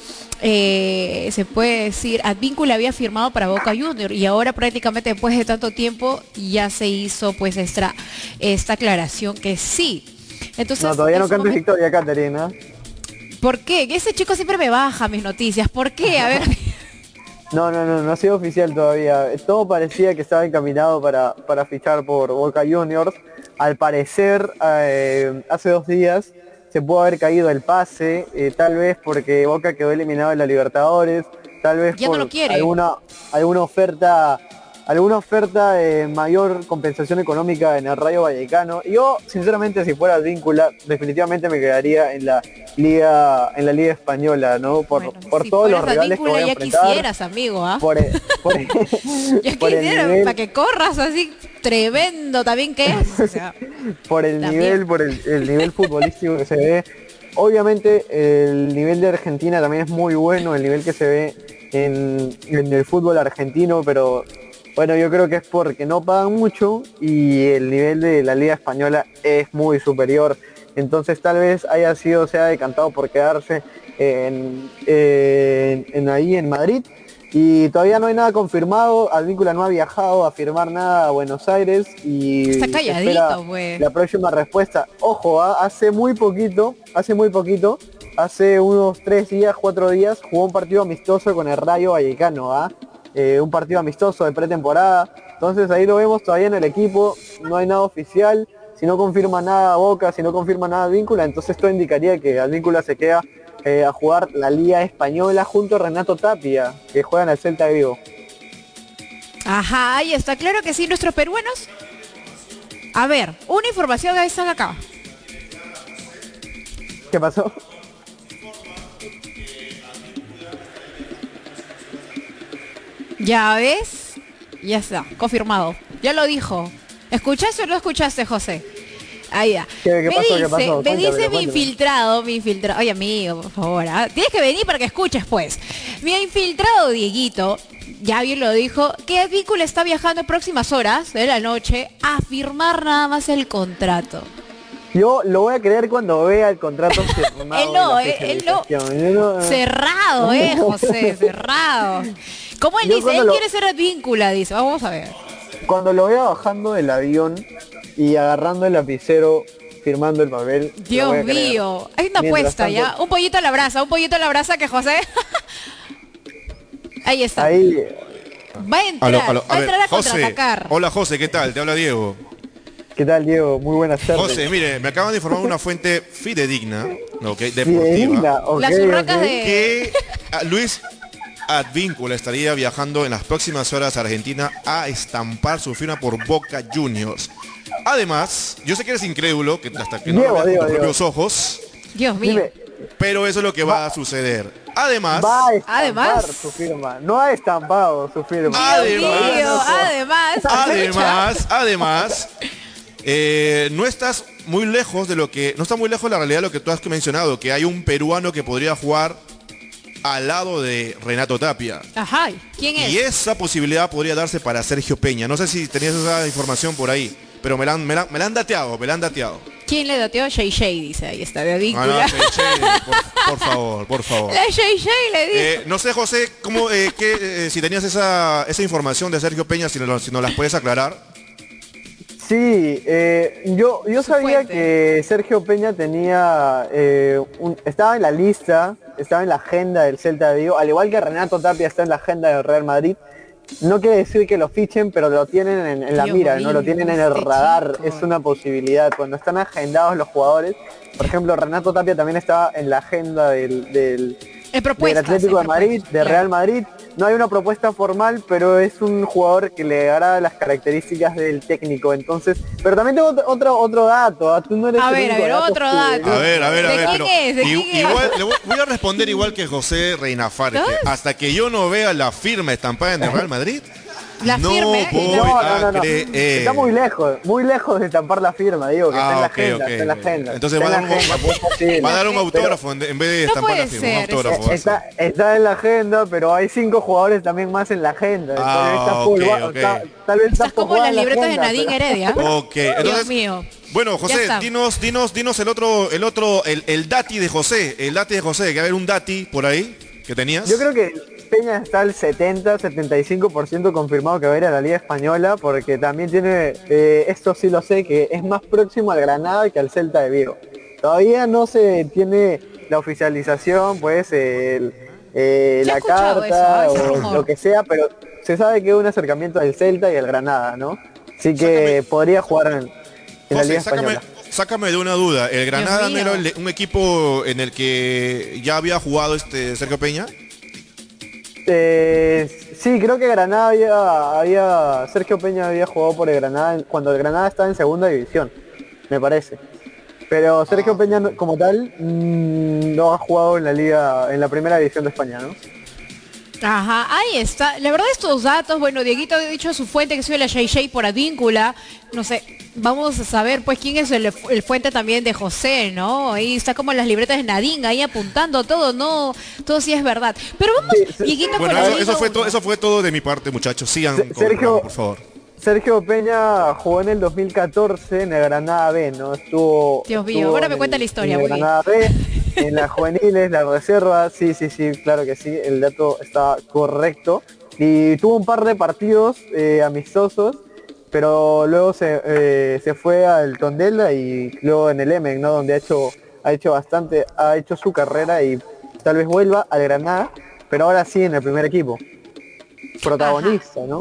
eh, se puede decir, Advíncula había firmado para Boca Juniors y ahora prácticamente después de tanto tiempo ya se hizo pues esta, esta aclaración que sí. Entonces, no, todavía no cantes momento... victoria, Caterina. ¿Por qué? Ese chico siempre me baja mis noticias. ¿Por qué? A ver. No, no, no, no ha sido oficial todavía. Todo parecía que estaba encaminado para, para fichar por Boca Juniors. Al parecer, eh, hace dos días se pudo haber caído el pase, eh, tal vez porque Boca quedó eliminado en la Libertadores, tal vez ya por no lo quiere. alguna, alguna oferta alguna oferta de mayor compensación económica en el Rayo Vallecano. Yo, sinceramente, si fuera Advíncula, definitivamente me quedaría en la liga, en la liga española, ¿no? Por, Bueno, por si todos los fueras rivales que voy a Advíncula ya enfrentar. quisieras, amigo, ¿ah? Por, el- por el- Ya por el quisieras, nivel- para que corras así tremendo también que es. O sea, por el También. nivel, por el, el nivel futbolístico que se ve. Obviamente el nivel de Argentina también es muy bueno, el nivel que se ve en, en el fútbol argentino, pero bueno, yo creo que es porque no pagan mucho y el nivel de la Liga Española es muy superior. Entonces tal vez haya sido, se ha decantado por quedarse en, en- en ahí en Madrid. Y todavía no hay nada confirmado, Advíncula no ha viajado a firmar nada a Buenos Aires y Está se calladito, espera pues. la próxima respuesta. Ojo, ¿ah? hace muy poquito, hace muy poquito, hace unos tres días, cuatro días, jugó un partido amistoso con el Rayo Vallecano, ¿ah? Eh, un partido amistoso de pretemporada. Entonces ahí lo vemos todavía en el equipo, no hay nada oficial. Si no confirma nada Boca, si no confirma nada Advíncula, entonces esto indicaría que Advíncula se queda eh, a jugar la Liga Española junto a Renato Tapia, que juega en el Celta de Vigo. ajá, ahí está, claro que sí, nuestros peruanos. A ver, una información que están acá. ¿Qué pasó? Ya ves, ya está, confirmado. Ya lo dijo. ¿Escuchaste o no escuchaste, José? Ahí ya. ¿Qué- qué me pasó? ¿Qué dice, pasó? me Cuéntame, dice mi cuéntame. infiltrado, mi infiltrado. Oye, amigo, por favor, ¿ah? Tienes que venir para que escuches, pues. Mi infiltrado Dieguito, ya bien lo dijo, que Advíncula está viajando en próximas horas de la noche a firmar nada más el contrato. Yo lo voy a creer cuando vea el contrato firmado. Él no, en la eh, él no. oficialización. Yo no- Cerrado, eh, José, cerrado. Como él Yo dice, cuando él lo- quiere ser Advíncula, dice. Vamos a ver. Cuando lo vea bajando del avión y agarrando el lapicero, firmando el papel. lo Dios voy a creer. mío, hay una Mientras apuesta tanto, ya. Un pollito a la brasa, un pollito a la brasa que José. Ahí está. Ahí, Va a entrar, Aló, aló, va a ver, entrar a José. contraatacar. Hola José, ¿qué tal? Te habla Diego. ¿qué tal, Diego? Muy buenas tardes. José, mire, me acaban de informar una fuente fidedigna, ok, Fidedigna, deportiva, ok, Las urracas ok. de... que ah, Luis Advíncula estaría viajando en las próximas horas a Argentina a estampar su firma por Boca Juniors. Además, yo sé que eres incrédulo, que hasta que no Diego, lo veas Diego, con tus Diego. propios ojos, Dios mío. Dime, pero eso es lo que va a suceder. Además, va a estampar Además- su firma. No ha estampado su firma. Además- Dios mío, además, Además, además, eh, no estás muy lejos de lo que, no está muy lejos de la realidad de lo que tú has mencionado, que hay un peruano que podría jugar al lado de Renato Tapia. Ajá, ¿quién es? Y esa posibilidad podría darse para Sergio Peña. No sé si tenías esa información por ahí, pero me la han, me la, me la han dateado, me la han dateado. ¿Quién le dateó? Shay Shay, dice, ahí está, de Ah, Advíncula. no, che, che, por, por favor, por favor. La Shay Shay le dijo. Eh, no sé, José, cómo, eh, qué, eh, si tenías esa, esa información de Sergio Peña, si nos, si nos las puedes aclarar. Sí, eh, yo, yo Su sabía fuente. que Sergio Peña tenía, eh, un- estaba en la lista, estaba en la agenda del Celta de Vigo, al igual que Renato Tapia está en la agenda del Real Madrid. No quiere decir que lo fichen, pero lo tienen en, en la Dios mira, no lo mío, tienen en el este radar, chico. es una posibilidad. Cuando están agendados los jugadores, por ejemplo, Renato Tapia también estaba en la agenda del, del, En del propuestas. Atlético de en Madrid, propuestas, de claro. Real Madrid. No hay una propuesta formal, pero es un jugador que le hará las características del técnico. Entonros, pero también tengo otro otro, otro dato. ¿ah? Tú no eres A el ver, a único ver, dato otro que- dato. A ver, a ver, a ¿De ver, quién pero es? ¿De i- quién es? igual le voy, voy a responder igual que José Reina Fares, que ¿Ah? hasta que yo no vea la firma estampada en el Real Madrid, La no firme y voy la- No, a no, no, no. creer. Está muy lejos, muy lejos de estampar la firma, digo, que está en Ah, la ok, agenda, ok. está en la agenda. Entonces está va a en dar la un, agenda, es posible. va a dar un Pero- autógrafo en, en vez de No estampar la puede firma, un ser, autógrafo. va a ser. Está, está en la agenda, pero hay cinco jugadores también más en la agenda. Entonces Ah, está ok, full- ok. está- tal vez está Estás como jugada las en la libretas de agenda, Nadine pero- Heredia. Ok, Dios entonces, mío. bueno, Ya José, está. dinos, dinos, dinos el otro, el otro, el, el dati de José, el dati de José, que haber un dati por ahí que tenías. Yo creo que Peña está al setenta, setenta y cinco por ciento confirmado que va a ir a la Liga Española, porque también tiene, eh, esto sí lo sé, que es más próximo al Granada que al Celta de Vigo. Todavía no se tiene la oficialización, pues, el, eh, Ya he la escuchado carta eso, ese o rumor. lo que sea, pero se sabe que es un acercamiento del Celta y el Granada, ¿no? Así que Sácame- podría jugar en, en la José, Liga sácame, Española. sácame de una duda. ¿El Granada no mío. era el- un equipo en el que ya había jugado este Sergio Peña? Eh, Sí, creo que Granada había, había, Sergio Peña había jugado por el Granada cuando el Granada estaba en segunda división, me parece. Pero Sergio Peña no- como tal mmm, no ha jugado en la liga, en la primera división de España, ¿no? Ajá, ahí está. La verdad estos datos, bueno, Dieguito había dicho a su fuente que soy la Shay Shay por Advíncula. No sé, vamos a saber pues quién es el, el fuente también de José, ¿no? Ahí está como en las libretas de Nadine, ahí apuntando todo, no, todo sí es verdad. Pero vamos, Dieguito, con Bueno, la eso, Liga eso fue uno. todo, eso fue todo de mi parte, muchachos. Sigan con el Sergio- programa, por favor. Sergio Peña jugó en el dos mil catorce en el Granada B, ¿no? Estuvo... Dios mío, estuvo ahora en me cuenta el- la historia, en el muy bien. Granada B, en las juveniles, la reserva, sí, sí, sí, claro que sí, el dato está correcto. Y tuvo un par de partidos eh, amistosos, pero luego se, eh, se fue al Tondela y luego en el Emen, ¿no? Donde ha hecho, ha hecho bastante, ha hecho su carrera y tal vez vuelva al Granada, pero ahora sí en el primer equipo. Protagonista, ¿no?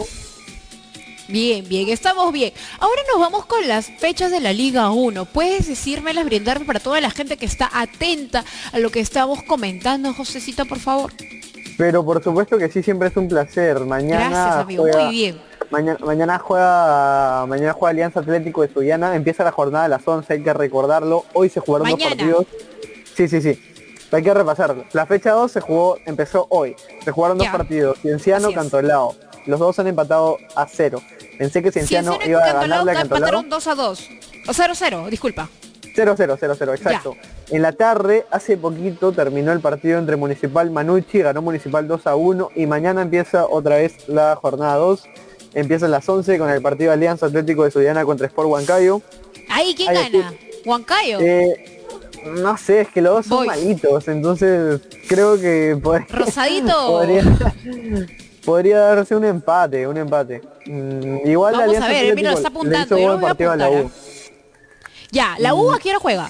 Bien, bien, estamos bien. Ahora nos vamos con las fechas de la Liga uno. ¿Puedes decírmelas, brindarme para toda la gente que está atenta a lo que estamos comentando, Josecita, por favor? Pero por supuesto que sí, siempre es un placer. Mañana Gracias, amigo, juega, muy bien. Mañana, mañana juega mañana juega Alianza Atlético de Sullana. Empieza la jornada a las once, hay que recordarlo. Hoy se jugaron Mañana. dos partidos. Sí, sí, sí. Hay que repasarlo. La fecha dos se jugó, empezó hoy. Se jugaron Ya. dos partidos. Cienciano, Así es. Cantolao. Los dos han empatado a cero. Pensé que Cienciano Cienciano y iba a Cantolao ganarle a Cantolao. empataron dos a dos. O cero cero, disculpa. cero cero, cero cero, exacto. En la tarde, hace poquito, terminó el partido entre Municipal Manucci, ganó Municipal dos a uno y mañana empieza otra vez la jornada dos. Empieza a las once con el partido Alianza Atlético de Sullana contra Sport Huancayo. Ahí, ¿quién Ay, gana? Huancayo. Eh, no sé, es que los dos son Voy. malitos, entonces creo que pod- Rosadito. podría, podría darse un empate, un empate. Mm, igual Vamos Alianza a ver, mira, lo está Atlético le apuntando, hizo yo lo buen voy a partido a la apuntar, U. Ya, ¿la U a qué hora juega?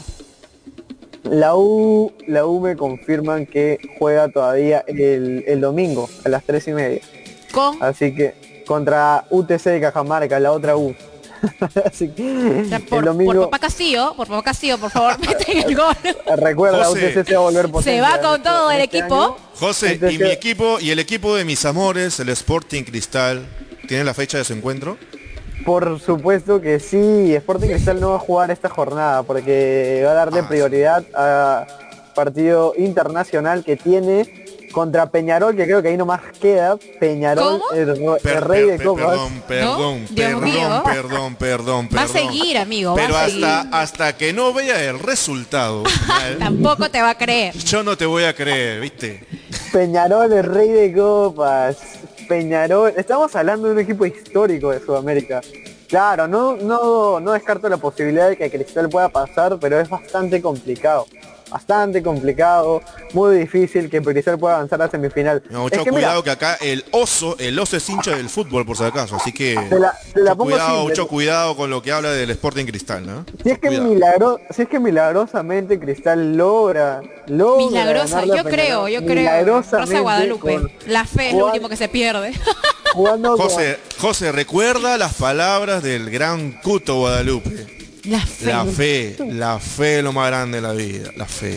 La U, la U me confirman que juega todavía el, el domingo a las tres y media. ¿Con? Así que contra U T C de Cajamarca, la otra U. Así que O sea, el por, domingo, por Papá Castillo, por Papá Castillo, por favor, meten el gol. recuerda, José. U T C se va a volver potente. Se va con este- todo el este equipo. año. José, Entonces, y mi equipo y el equipo de mis amores, el Sporting Cristal, ¿tienen la fecha de su encuentro? Por supuesto que sí, Sporting Cristal no va a jugar esta jornada porque va a darle Ah, prioridad a partido internacional que tiene contra Peñarol, que creo que ahí nomás queda. Peñarol, ¿Cómo? el, ro- el Per- rey per- de per- copas. Perdón, perdón, Dios perdón, mío. perdón, perdón, Va a perdón. seguir, amigo, Pero va a hasta, seguir. hasta que no vea el resultado final, Tampoco te va a creer. yo no te voy a creer, ¿viste? Peñarol, el rey de copas. Peñarol, estamos hablando de un equipo histórico de Sudamérica. Claro, no, no, no descarto la posibilidad de que Cristal pueda pasar, pero es bastante complicado. Bastante complicado, muy difícil que Cristal pueda avanzar a semifinal. No, mucho Es que cuidado mira, que acá el oso, el oso es hincha del fútbol por si acaso, así que Te la- te la mucho pongo cuidado, simple. mucho cuidado con lo que habla del Sporting Cristal, ¿no? si es, que Cuidado. milagro, si es que milagrosamente Cristal logra, logra Milagrosa, ganarle a yo creo, Peñarol, yo creo. milagrosamente Rosa Guadalupe. con- La fe es lo jugando- último que se pierde. jugando con- José, José, recuerda las palabras del gran Cuto Guadalupe. La fe. La fe, la fe es lo más grande de la vida, la fe.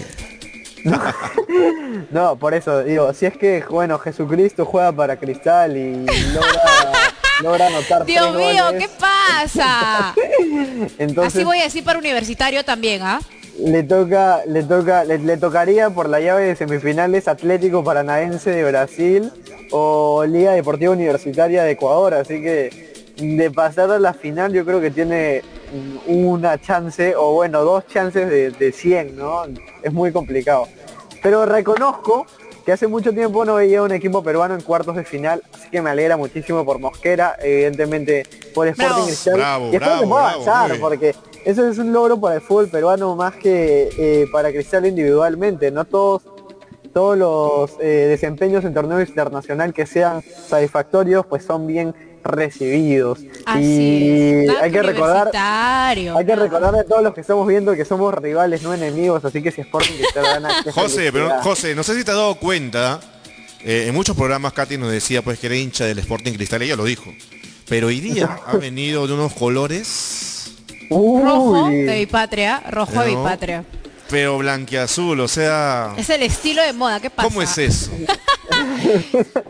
No, por eso digo, si es que, bueno, Jesucristo juega para Cristal y logra, logra anotar Dios tres mío, goles, ¿qué pasa? entonces Así voy a decir para universitario también, ¿ah? le toca, le toca, le, le tocaría por la llave de semifinales Atlético Paranaense de Brasil o Liga Deportiva Universitaria de Ecuador, así que de pasar a la final yo creo que tiene una chance, o bueno, dos chances de, de cien, ¿no? Es muy complicado. Pero reconozco que hace mucho tiempo no veía un equipo peruano en cuartos de final, así que me alegra muchísimo por Mosquera, evidentemente por Sporting Bravo. Cristal. Bravo, y espero que bravo, pueda bravo, avanzar, muy bien. porque eso es un logro para el fútbol peruano más que eh, para Cristal individualmente. No todos todos los eh, desempeños en torneos internacional que sean satisfactorios, pues son bien recibidos. Así y es. Nada hay que recordar universitario, hay que nada. recordar a todos los que estamos viendo que somos rivales, no enemigos, así que si Sporting Cristal gana, qué José, pero felicidad. José, no sé si te has dado cuenta, eh, en muchos programas Katy nos decía pues que era hincha del Sporting Cristal, ella lo dijo. Pero hoy día ha venido de unos colores, Rojo Uy. de mi patria, rojo de mi No. patria. pero blanquiazul, o sea, Es el estilo de moda, ¿qué pasa? ¿cómo es eso?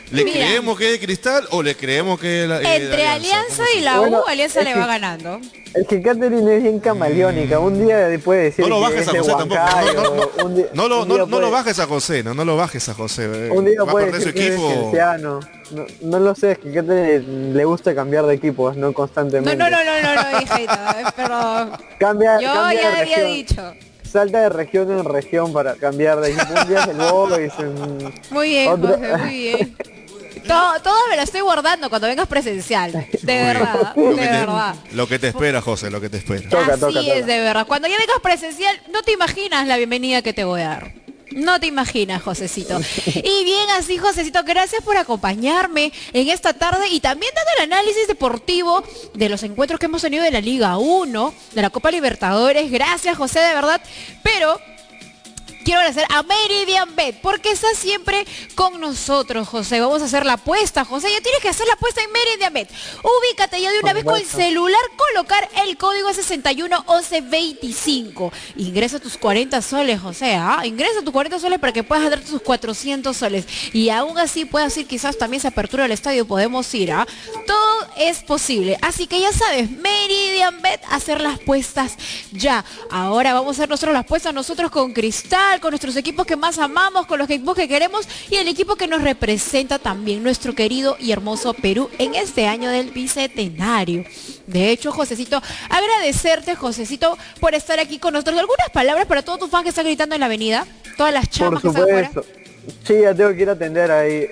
¿Le Mira. creemos que es de Cristal o le creemos que es la, eh, Entre la Alianza y ¿Cómo la se- U, Bueno, Alianza es le que- va ganando. Es que Catherine es bien camaleónica. Un día puede decir No lo que bajes es a de José tampoco. Huancayo, No, no, no. un día- No lo, un no, día no lo puede- bajes a José, no, no lo bajes a José. eh. Un día Va a puede perder su decir que es equipo. Cienciano. No, no lo sé, es que Catherine le gusta cambiar de equipos, no No, constantemente. no, no, no, no, no, hijita, pero Cambia, yo cambia ya de había región. dicho. Salta de región en región para cambiar de equipo. Un día es el Boys, en Muy bien, otro- José, muy bien. Todo, todo me lo estoy guardando cuando vengas presencial. De verdad, Lo de que, te, verdad. lo que te espera, José, lo que te espera. Toca, Así toca, es, toca. de verdad. Cuando ya vengas presencial, no te imaginas la bienvenida que te voy a dar. No te imaginas, Josecito. Y bien así, Josecito, gracias por acompañarme en esta tarde y también dando el análisis deportivo de los encuentros que hemos tenido de la Liga uno, de la Copa Libertadores. Gracias, José, de verdad. Pero quiero agradecer a Meridian Bet, porque está siempre con nosotros, José. Vamos a hacer la apuesta, José. Ya tienes que hacer la apuesta en Meridian Bet. Ubícate ya de una Por vez con el supuesto. celular, colocar el código sesenta y uno once veinticinco. Ingresa tus cuarenta soles, José. ¿ah? Ingresa tus cuarenta soles para que puedas darte tus cuatrocientos soles. Y aún así puedas ir, quizás también se apertura el estadio, podemos ir. ¿ah? Todo es posible. Así que ya sabes, Meridian Bet, hacer las apuestas ya. Ahora vamos a hacer nosotros las apuestas, nosotros con Cristal, con nuestros equipos que más amamos, con los equipos que queremos y el equipo que nos representa también, nuestro querido y hermoso Perú en este año del Bicentenario. De hecho, Josecito, agradecerte, Josecito, por estar aquí con nosotros. ¿Algunas palabras para todos tus fans que están gritando en la avenida? Todas las Por chamas que están afuera. supuesto. Sí, ya tengo que ir a atender ahí.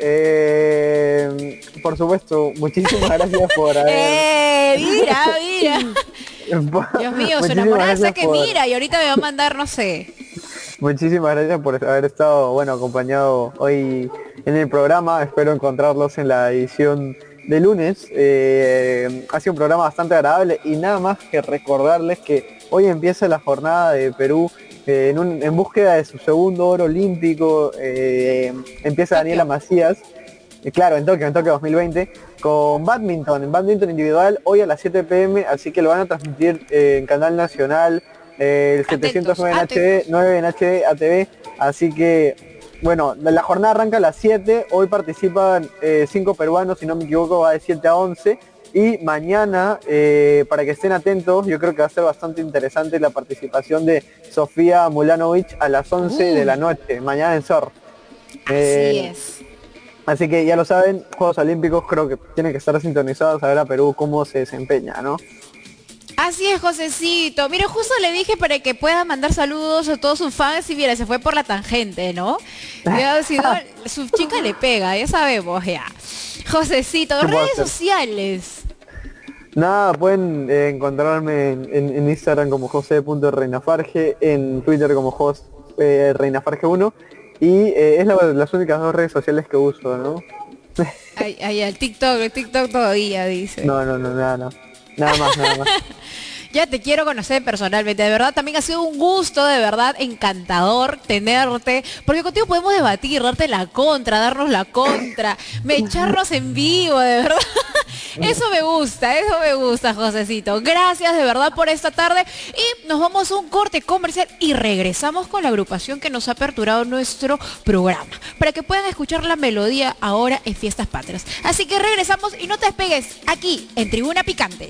Eh, por supuesto, muchísimas gracias por haber... ¡Eh! Mira, mira. Dios mío, su Muchísimas enamorada gracias que por- mira y ahorita me va a mandar, no sé. Muchísimas gracias por haber estado, bueno, acompañado hoy en el programa. Espero encontrarlos en la edición de lunes. Eh, ha sido un programa bastante agradable y nada más que recordarles que hoy empieza la jornada de Perú eh, en, un- en búsqueda de su segundo oro olímpico. Eh, empieza Daniela Macías, eh, claro, en Tokio, en Tokio dos mil veinte, con badminton, en badminton individual, hoy a las siete pe eme, así que lo van a transmitir eh, en Canal Nacional, eh, el setecientos nueve en H D, nueve en H D A T V, así que, bueno, la jornada arranca a las siete, hoy participan eh, cinco peruanos, si no me equivoco, va de siete a once, y mañana, eh, para que estén atentos, yo creo que va a ser bastante interesante la participación de Sofía Mulanovic a las once Uh. de la noche, mañana en S O R. Así Eh, es. Así que ya lo saben, Juegos Olímpicos, creo que tienen que estar sintonizados a ver a Perú cómo se desempeña, ¿no? Así es, Josecito. Mira, justo le dije para que pueda mandar saludos a todos sus fans y mira, se fue por la tangente, ¿no? Ya, si no, su chica le pega, ya sabemos ya. Josecito, ¿Qué puedo redes hacer? sociales. Nada, pueden eh, encontrarme en, en- en Instagram como jose.reinafarge, en Twitter como jos, eh, reinafarge uno, y eh, es la- las únicas dos redes sociales que uso, ¿no? Ay, ay, el TikTok, el TikTok todavía, dice. No, no, no, nada, no. Nada más, nada más. Ya te quiero conocer personalmente, de verdad también ha sido un gusto, de verdad encantador tenerte, porque contigo podemos debatir, darte la contra, darnos la contra, me echarnos en vivo, de verdad. Eso me gusta, eso me gusta, Josecito. Gracias de verdad por esta tarde y nos vamos a un corte comercial y regresamos con la agrupación que nos ha aperturado nuestro programa, para que puedan escuchar la melodía ahora en Fiestas Patrias. Así que regresamos y no te despegues aquí en Tribuna Picante.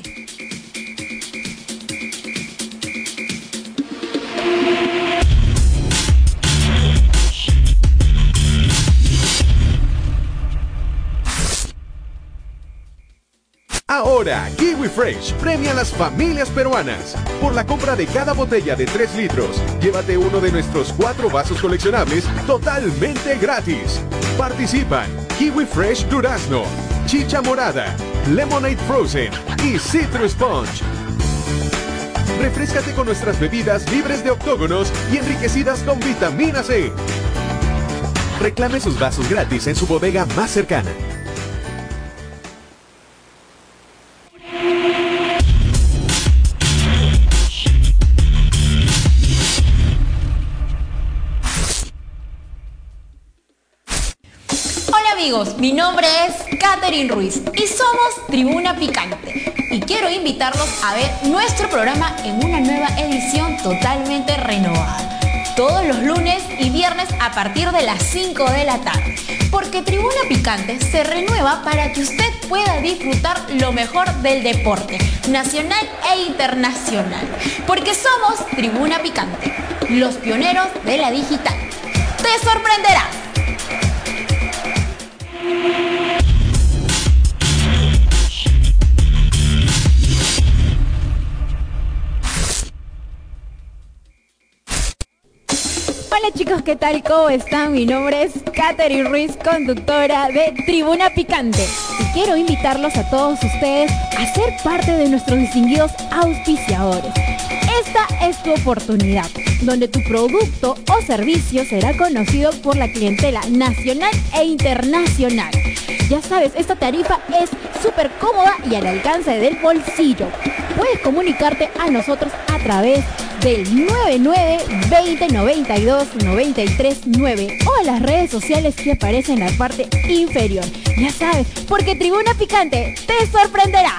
Ahora, Kiwi Fresh premia a las familias peruanas. Por la compra de cada botella de tres litros, llévate uno de nuestros cuatro vasos coleccionables totalmente gratis. Participan Kiwi Fresh Durazno, Chicha Morada, Lemonade Frozen y Citrus Sponge. Refréscate con nuestras bebidas libres de octógonos y enriquecidas con vitamina C. Reclame sus vasos gratis en su bodega más cercana. Hola amigos, mi nombre es Catherine Ruiz y somos Tribuna Picante y quiero invitarlos a ver nuestro programa en una nueva edición totalmente renovada. todos los lunes y viernes a partir de las cinco de la tarde. Porque Tribuna Picante se renueva para que usted pueda disfrutar lo mejor del deporte nacional e internacional. Porque somos Tribuna Picante, los pioneros de la digital. ¡Te sorprenderás! Hola chicos, ¿qué tal? ¿Cómo están? Mi nombre es Katherine Ruiz, conductora de Tribuna Picante. Y quiero invitarlos a todos ustedes a ser parte de nuestros distinguidos auspiciadores. Esta es tu oportunidad, donde tu producto o servicio será conocido por la clientela nacional e internacional. Ya sabes, esta tarifa es súper cómoda y al alcance del bolsillo. Puedes comunicarte a nosotros a través del nueve nueve veinte noventa y dos noventa y tres nueve o a las redes sociales que aparecen en la parte inferior. Ya sabes, porque Tribuna Picante te sorprenderá.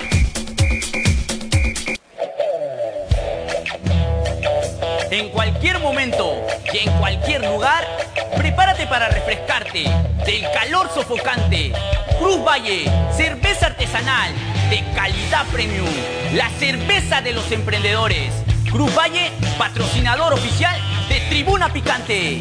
En cualquier momento y en cualquier lugar, prepárate para refrescarte del calor sofocante. Cruz Valle, cerveza artesanal de calidad premium, la cerveza de los emprendedores. Cruz Valle, patrocinador oficial de Tribuna Picante.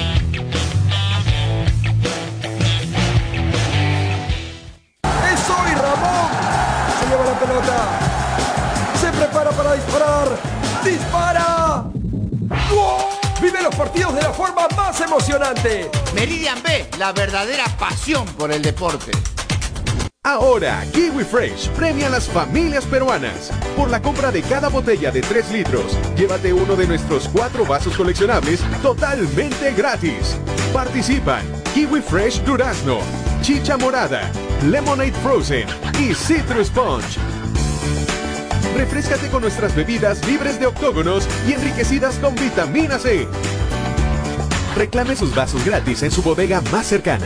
¡Es hoy, Ramón! Se lleva la pelota. Se prepara para disparar. ¡Dispara! ¡Gol! Vive los partidos de la forma más emocionante. Meridian B, la verdadera pasión por el deporte. Ahora, Kiwi Fresh premia a las familias peruanas. Por la compra de cada botella de tres litros, llévate uno de nuestros cuatro vasos coleccionables totalmente gratis. Participan Kiwi Fresh Durazno, Chicha Morada, Lemonade Frozen y Citrus Punch. Refréscate con nuestras bebidas libres de octógonos y enriquecidas con vitamina C. Reclame sus vasos gratis en su bodega más cercana.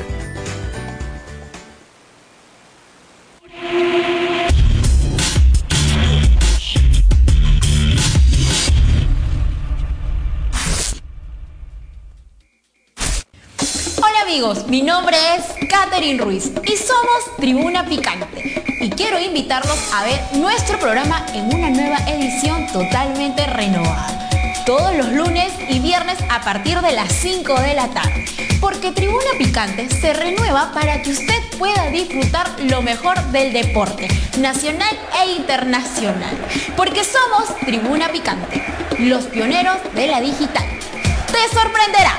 Amigos, mi nombre es Katherine Ruiz y somos Tribuna Picante y quiero invitarlos a ver nuestro programa en una nueva edición totalmente renovada. Todos los lunes y viernes a partir de las cinco de la tarde. Porque Tribuna Picante se renueva para que usted pueda disfrutar lo mejor del deporte nacional e internacional. Porque somos Tribuna Picante, los pioneros de la digital. ¡Te sorprenderás!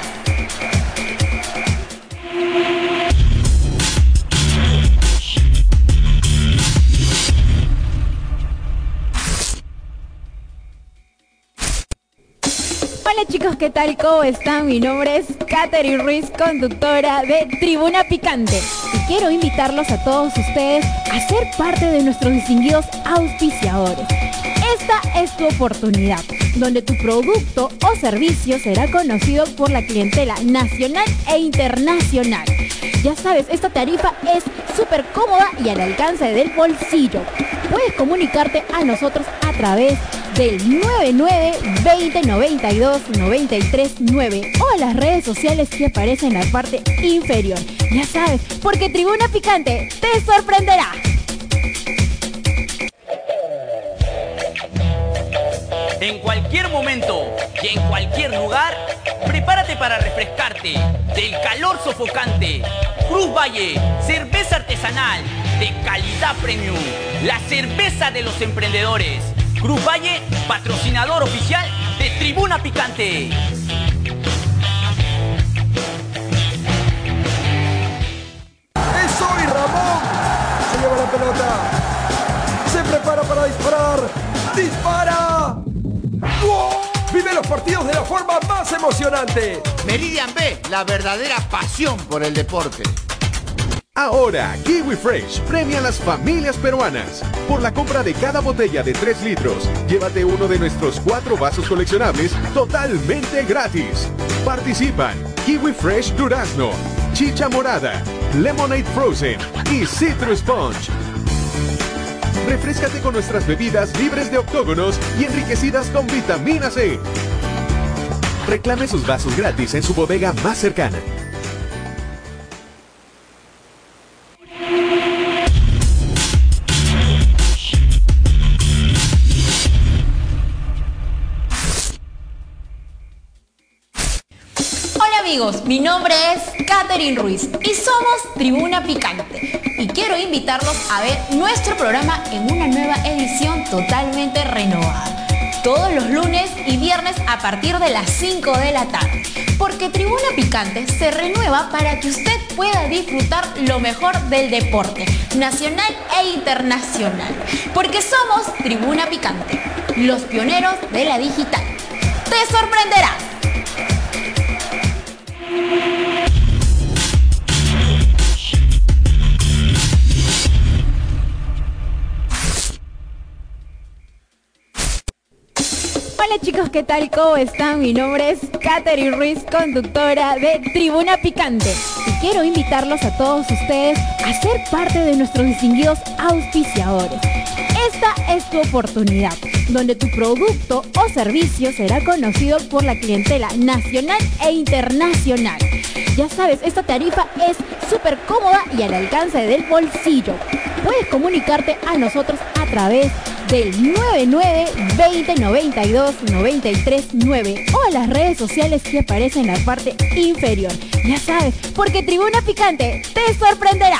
Hola chicos, ¿qué tal? ¿Cómo están? Mi nombre es Katherine Ruiz, conductora de Tribuna Picante. Y quiero invitarlos a todos ustedes a ser parte de nuestros distinguidos auspiciadores. Esta es tu oportunidad, donde tu producto o servicio será conocido por la clientela nacional e internacional. Ya sabes, esta tarifa es súper cómoda y al alcance del bolsillo. Puedes comunicarte a nosotros a través del nueve nueve veinte noventa y dos noventa y tres nueve o a las redes sociales que aparecen en la parte inferior. Ya sabes, porque Tribuna Picante te sorprenderá. En cualquier momento y en cualquier lugar, prepárate para refrescarte del calor sofocante. Cruz Valle, cerveza artesanal de calidad premium, la cerveza de los emprendedores. Cruz Valle, patrocinador oficial de Tribuna Picante. ¡Es hoy, Ramón! Se lleva la pelota. Se prepara para disparar. ¡Dispara! ¡Gol! Vive los partidos de la forma más emocionante. Meridian B, la verdadera pasión por el deporte. Ahora, Kiwi Fresh premia a las familias peruanas. Por la compra de cada botella de tres litros, llévate uno de nuestros cuatro vasos coleccionables totalmente gratis. Participan Kiwi Fresh Durazno, Chicha Morada, Lemonade Frozen y Citrus Punch. Refréscate con nuestras bebidas libres de octógonos y enriquecidas con vitamina C. Reclame sus vasos gratis en su bodega más cercana. Amigos, mi nombre es Katherine Ruiz y somos Tribuna Picante y quiero invitarlos a ver nuestro programa en una nueva edición totalmente renovada. Todos los lunes y viernes a partir de las cinco de la tarde, porque Tribuna Picante se renueva para que usted pueda disfrutar lo mejor del deporte nacional e internacional, porque somos Tribuna Picante, los pioneros de la digital. ¡Te sorprenderás! Hola chicos, ¿qué tal? ¿Cómo están? Mi nombre es Katherine Ruiz, conductora de Tribuna Picante. Y quiero invitarlos a todos ustedes a ser parte de nuestros distinguidos auspiciadores. Esta es tu oportunidad, donde tu producto o servicio será conocido por la clientela nacional e internacional. Ya sabes, esta tarifa es súper cómoda y al alcance del bolsillo. Puedes comunicarte a nosotros a través del nueve nueve veinte noventa y dos noventa y tres nueve o a las redes sociales que aparecen en la parte inferior. Ya sabes, porque Tribuna Picante te sorprenderá.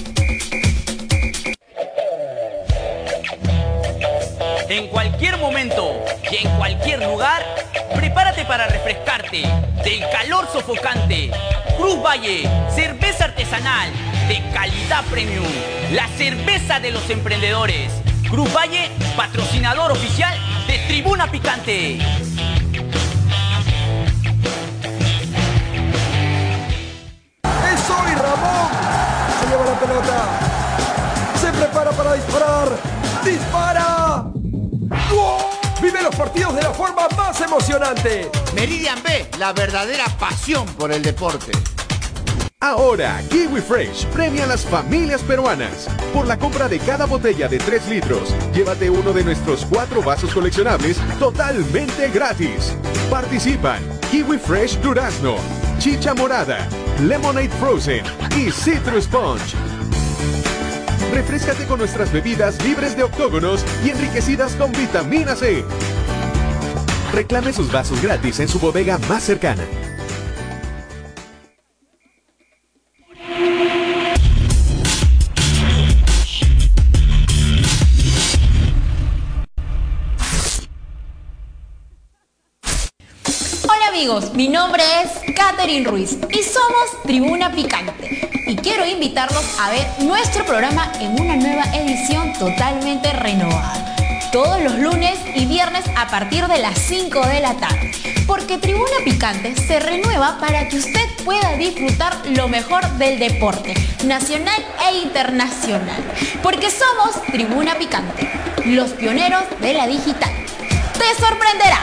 En cualquier momento y en cualquier lugar, prepárate para refrescarte del calor sofocante. Cruz Valle, cerveza artesanal de calidad premium, la cerveza de los emprendedores. Cruz Valle, patrocinador oficial de Tribuna Picante. ¡Es hoy, Ramón! Se lleva la pelota. Se prepara para disparar. ¡Dispara! ¡Gol! Vive los partidos de la forma más emocionante. Meridian B, la verdadera pasión por el deporte. Ahora, Kiwi Fresh premia a las familias peruanas. Por la compra de cada botella de tres litros, llévate uno de nuestros cuatro vasos coleccionables totalmente gratis. Participan Kiwi Fresh Durazno, Chicha Morada, Lemonade Frozen y Citrus Punch. Refréscate con nuestras bebidas libres de octógonos y enriquecidas con vitamina C. Reclame sus vasos gratis en su bodega más cercana. Amigos, mi nombre es Katherine Ruiz y somos Tribuna Picante y quiero invitarlos a ver nuestro programa en una nueva edición totalmente renovada. Todos los lunes y viernes a partir de las cinco de la tarde, porque Tribuna Picante se renueva para que usted pueda disfrutar lo mejor del deporte nacional e internacional, porque somos Tribuna Picante, los pioneros de la digital. ¡Te sorprenderás!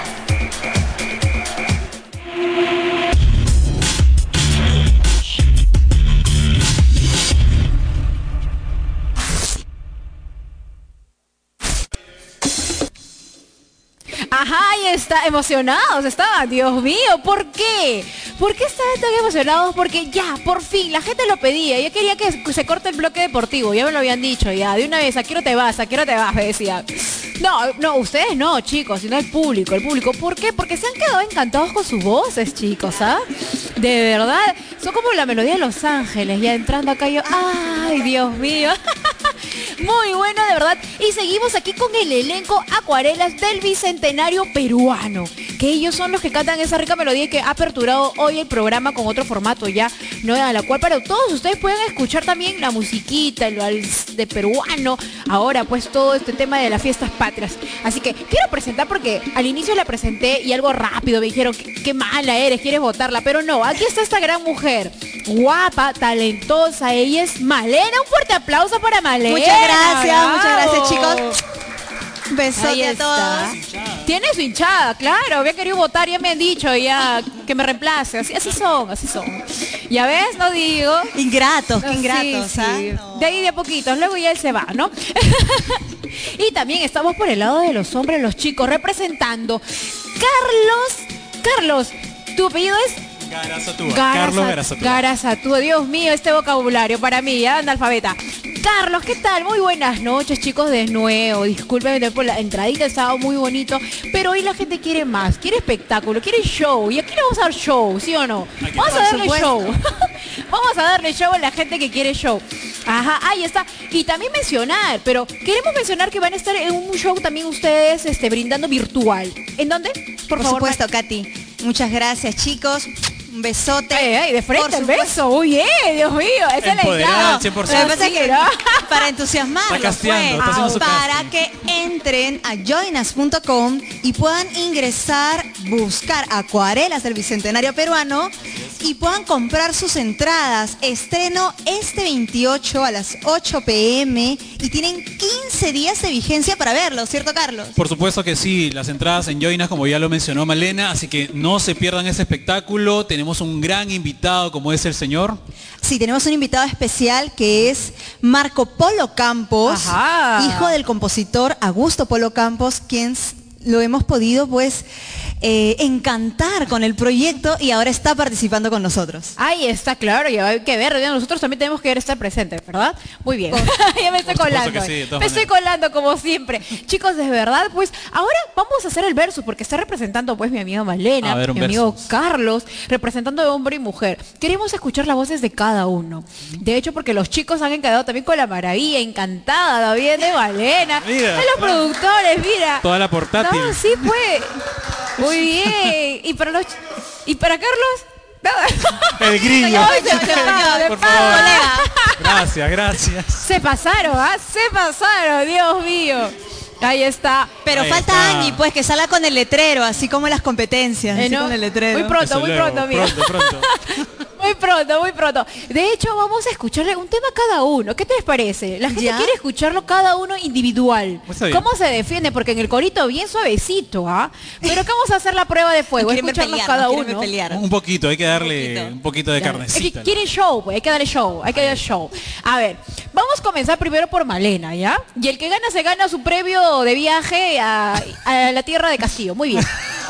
Ajá, ahí está, emocionados estaban, Dios mío, ¿por qué? ¿Por qué estaban tan emocionados? Porque ya, por fin, la gente lo pedía, yo quería que se corte el bloque deportivo, ya me lo habían dicho, ya, de una vez, ¿a qué hora te vas? ¿A qué hora te vas? Me decía. No, no, ustedes no, chicos, sino el público, el público. ¿Por qué? Porque se han quedado encantados con sus voces, chicos, ¿ah? De verdad, son como la melodía de Los Ángeles, ya entrando acá yo, ¡ay, Dios mío! Muy bueno, de verdad. Y seguimos aquí con el elenco Acuarelas del Bicentenario peruano, que ellos son los que cantan esa rica melodía que ha aperturado hoy el programa con otro formato ya, ¿no? A la cual para todos ustedes pueden escuchar también la musiquita, el vals de peruano, ahora pues todo este tema de las fiestas patrias. Así que quiero presentar porque al inicio la presenté y algo rápido me dijeron, qué, qué mala eres, quieres votarla, pero no, aquí está esta gran mujer, guapa, talentosa, ella es Malena, un fuerte aplauso para Malena. Muchas gracias, ¡bravo! muchas gracias chicos. Besote a todos. Tiene su hinchada, claro, había querido votar, ya me han dicho, ya que me reemplace, así, así son, así son. Ya ves, no digo. Ingratos, qué ingratos, sí, sí. ¿ah? No. De ahí de a poquitos, luego ya él se va, ¿no? Y también estamos por el lado de los hombres, los chicos, representando Carlos, Carlos, ¿Tu apellido es? Garazatúa. Garasa- Carlos Garazatúa. Garazatúa. Dios mío, este vocabulario para mí, ya analfabeta. Carlos, ¿qué tal? Muy buenas noches, chicos, de nuevo. Discúlpenme por la entradita, estaba muy bonito. Pero hoy la gente quiere más, quiere espectáculo, quiere show. Y aquí le vamos a dar show, ¿sí o no? Vamos a darle show. Vamos a darle show a la gente que quiere show. Ajá, ahí está. Y también mencionar, pero queremos mencionar que van a estar en un show también ustedes este, brindando virtual. ¿En dónde? Por, Por favor, supuesto, Ma- Katy. Muchas gracias, chicos. Un besote. Ay, ay, de frente Por el supuesto. beso. Muy bien, Dios mío. Esa es la Empoderada, idea. cien por Lo que ciento. pasa es que para entusiasmarlos, Está casteando, pues, está haciendo su para casting. que entren a joinas punto com y puedan ingresar, buscar Acuarelas del Bicentenario Peruano y puedan comprar sus entradas. Estreno este veintiocho a las ocho pe eme y tienen quince días de vigencia para verlo, ¿cierto, Carlos? Por supuesto que sí, las entradas en Joinas, como ya lo mencionó Malena, así que no se pierdan ese espectáculo. Tenemos un gran invitado como es el señor. Sí, tenemos un invitado especial que es Marco Polo Campos, Ajá. hijo del compositor Augusto Polo Campos, quien s- lo hemos podido pues eh, encantar con el proyecto y ahora está participando con nosotros. Ahí está, claro, y hay que ver, nosotros también tenemos que estar presentes, ¿verdad? Muy bien, ya me estoy Por supuesto colando, que sí, de todas me estoy colando como siempre. Chicos, de verdad, pues ahora vamos a hacer el versus, porque está representando pues mi amiga Malena, A ver, un mi amigo versus. Carlos, representando de hombre y mujer. Queremos escuchar las voces de cada uno. De hecho, porque los chicos han quedado también con la maravilla, encantada también de Malena, Mira, de los productores, mira. Toda la portátil. No, sí, pues. Muy bien. ¿Y para los ch- y para Carlos? Nada. El grillo. Ya, se- se paga, se Por paga, favor. colega. Gracias, gracias. Se pasaron, ¿ah? Se pasaron, Dios mío. Ahí está. Pero Ahí falta está. Angie, pues que salga con el letrero, así como las competencias, Eh, así ¿no? con el letrero. Muy pronto, Eso muy luego, pronto, amigo. Pronto, pronto. Muy pronto, muy pronto. De hecho, vamos a escucharle un tema a cada uno. ¿Qué te les parece? La gente ¿Ya? quiere escucharlo cada uno individual. Está bien. ¿Cómo se defiende? Porque en el corito bien suavecito, ¿ah? Pero acá vamos a hacer la prueba de fuego, Quieren ver escucharlos pelear, cada no quieren ver uno. pelear. Un poquito, hay que darle poquito. un poquito de Ya. Es carnecita. que quiere show, pues, hay que darle show, hay que darle show. A ver, vamos a comenzar primero por Malena, ¿ya? Y el que gana se gana su premio de viaje a, a la tierra de Castillo. Muy bien.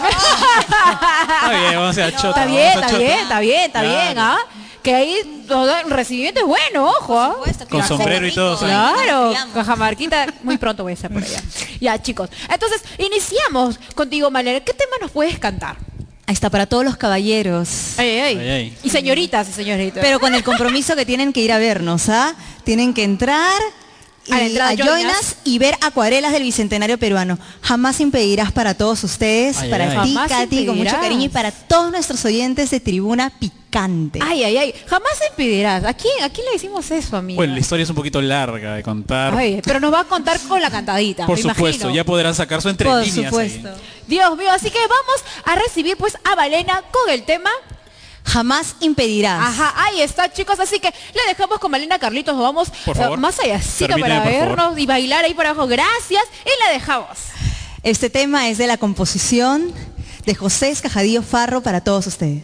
Está bien, vamos a hacer chota. Está vamos bien, a está chota. bien, está bien, está Claro. bien, ¿ah? Que ahí todo el recibimiento es bueno, ojo, ¿ah? Con sombrero y todo. ¿sabes? Claro, Cajamarquita, muy pronto voy a estar por allá. Ya, chicos. Entonces, iniciamos contigo, Malena. ¿Qué tema nos puedes cantar? Ahí está, para todos los caballeros. Ay, ay. Ay, ay. Y señoritas y señoritas. Pero con el compromiso que tienen que ir a vernos, ¿ah? Tienen que entrar y A la entrada a Joinas. Joinas y ver Acuarelas del Bicentenario Peruano. Jamás impedirás para todos ustedes, Ay, para ay. ti, Jamás Katy, con mucho impedirás. cariño y para todos nuestros oyentes de Tribuna Picante. Ay, ay, ay. Jamás se impedirás. ¿A quién, ¿A quién le decimos eso, amigo? Bueno, la historia es un poquito larga de contar. Ay, pero nos va a contar con la cantadita, Por me supuesto, imagino. ya podrán sacar su entre Por líneas ahí. supuesto. Dios mío, así que vamos a recibir pues a Malena con el tema. Jamás impedirás. Ajá, ahí está, chicos. Así que le dejamos con Malena Carlitos. Nos vamos Por favor. eh, más allácito Permíteme, para por favor. vernos y bailar ahí para abajo. Gracias. Y la dejamos. Este tema es de la composición de José Escajadillo Farro para todos ustedes.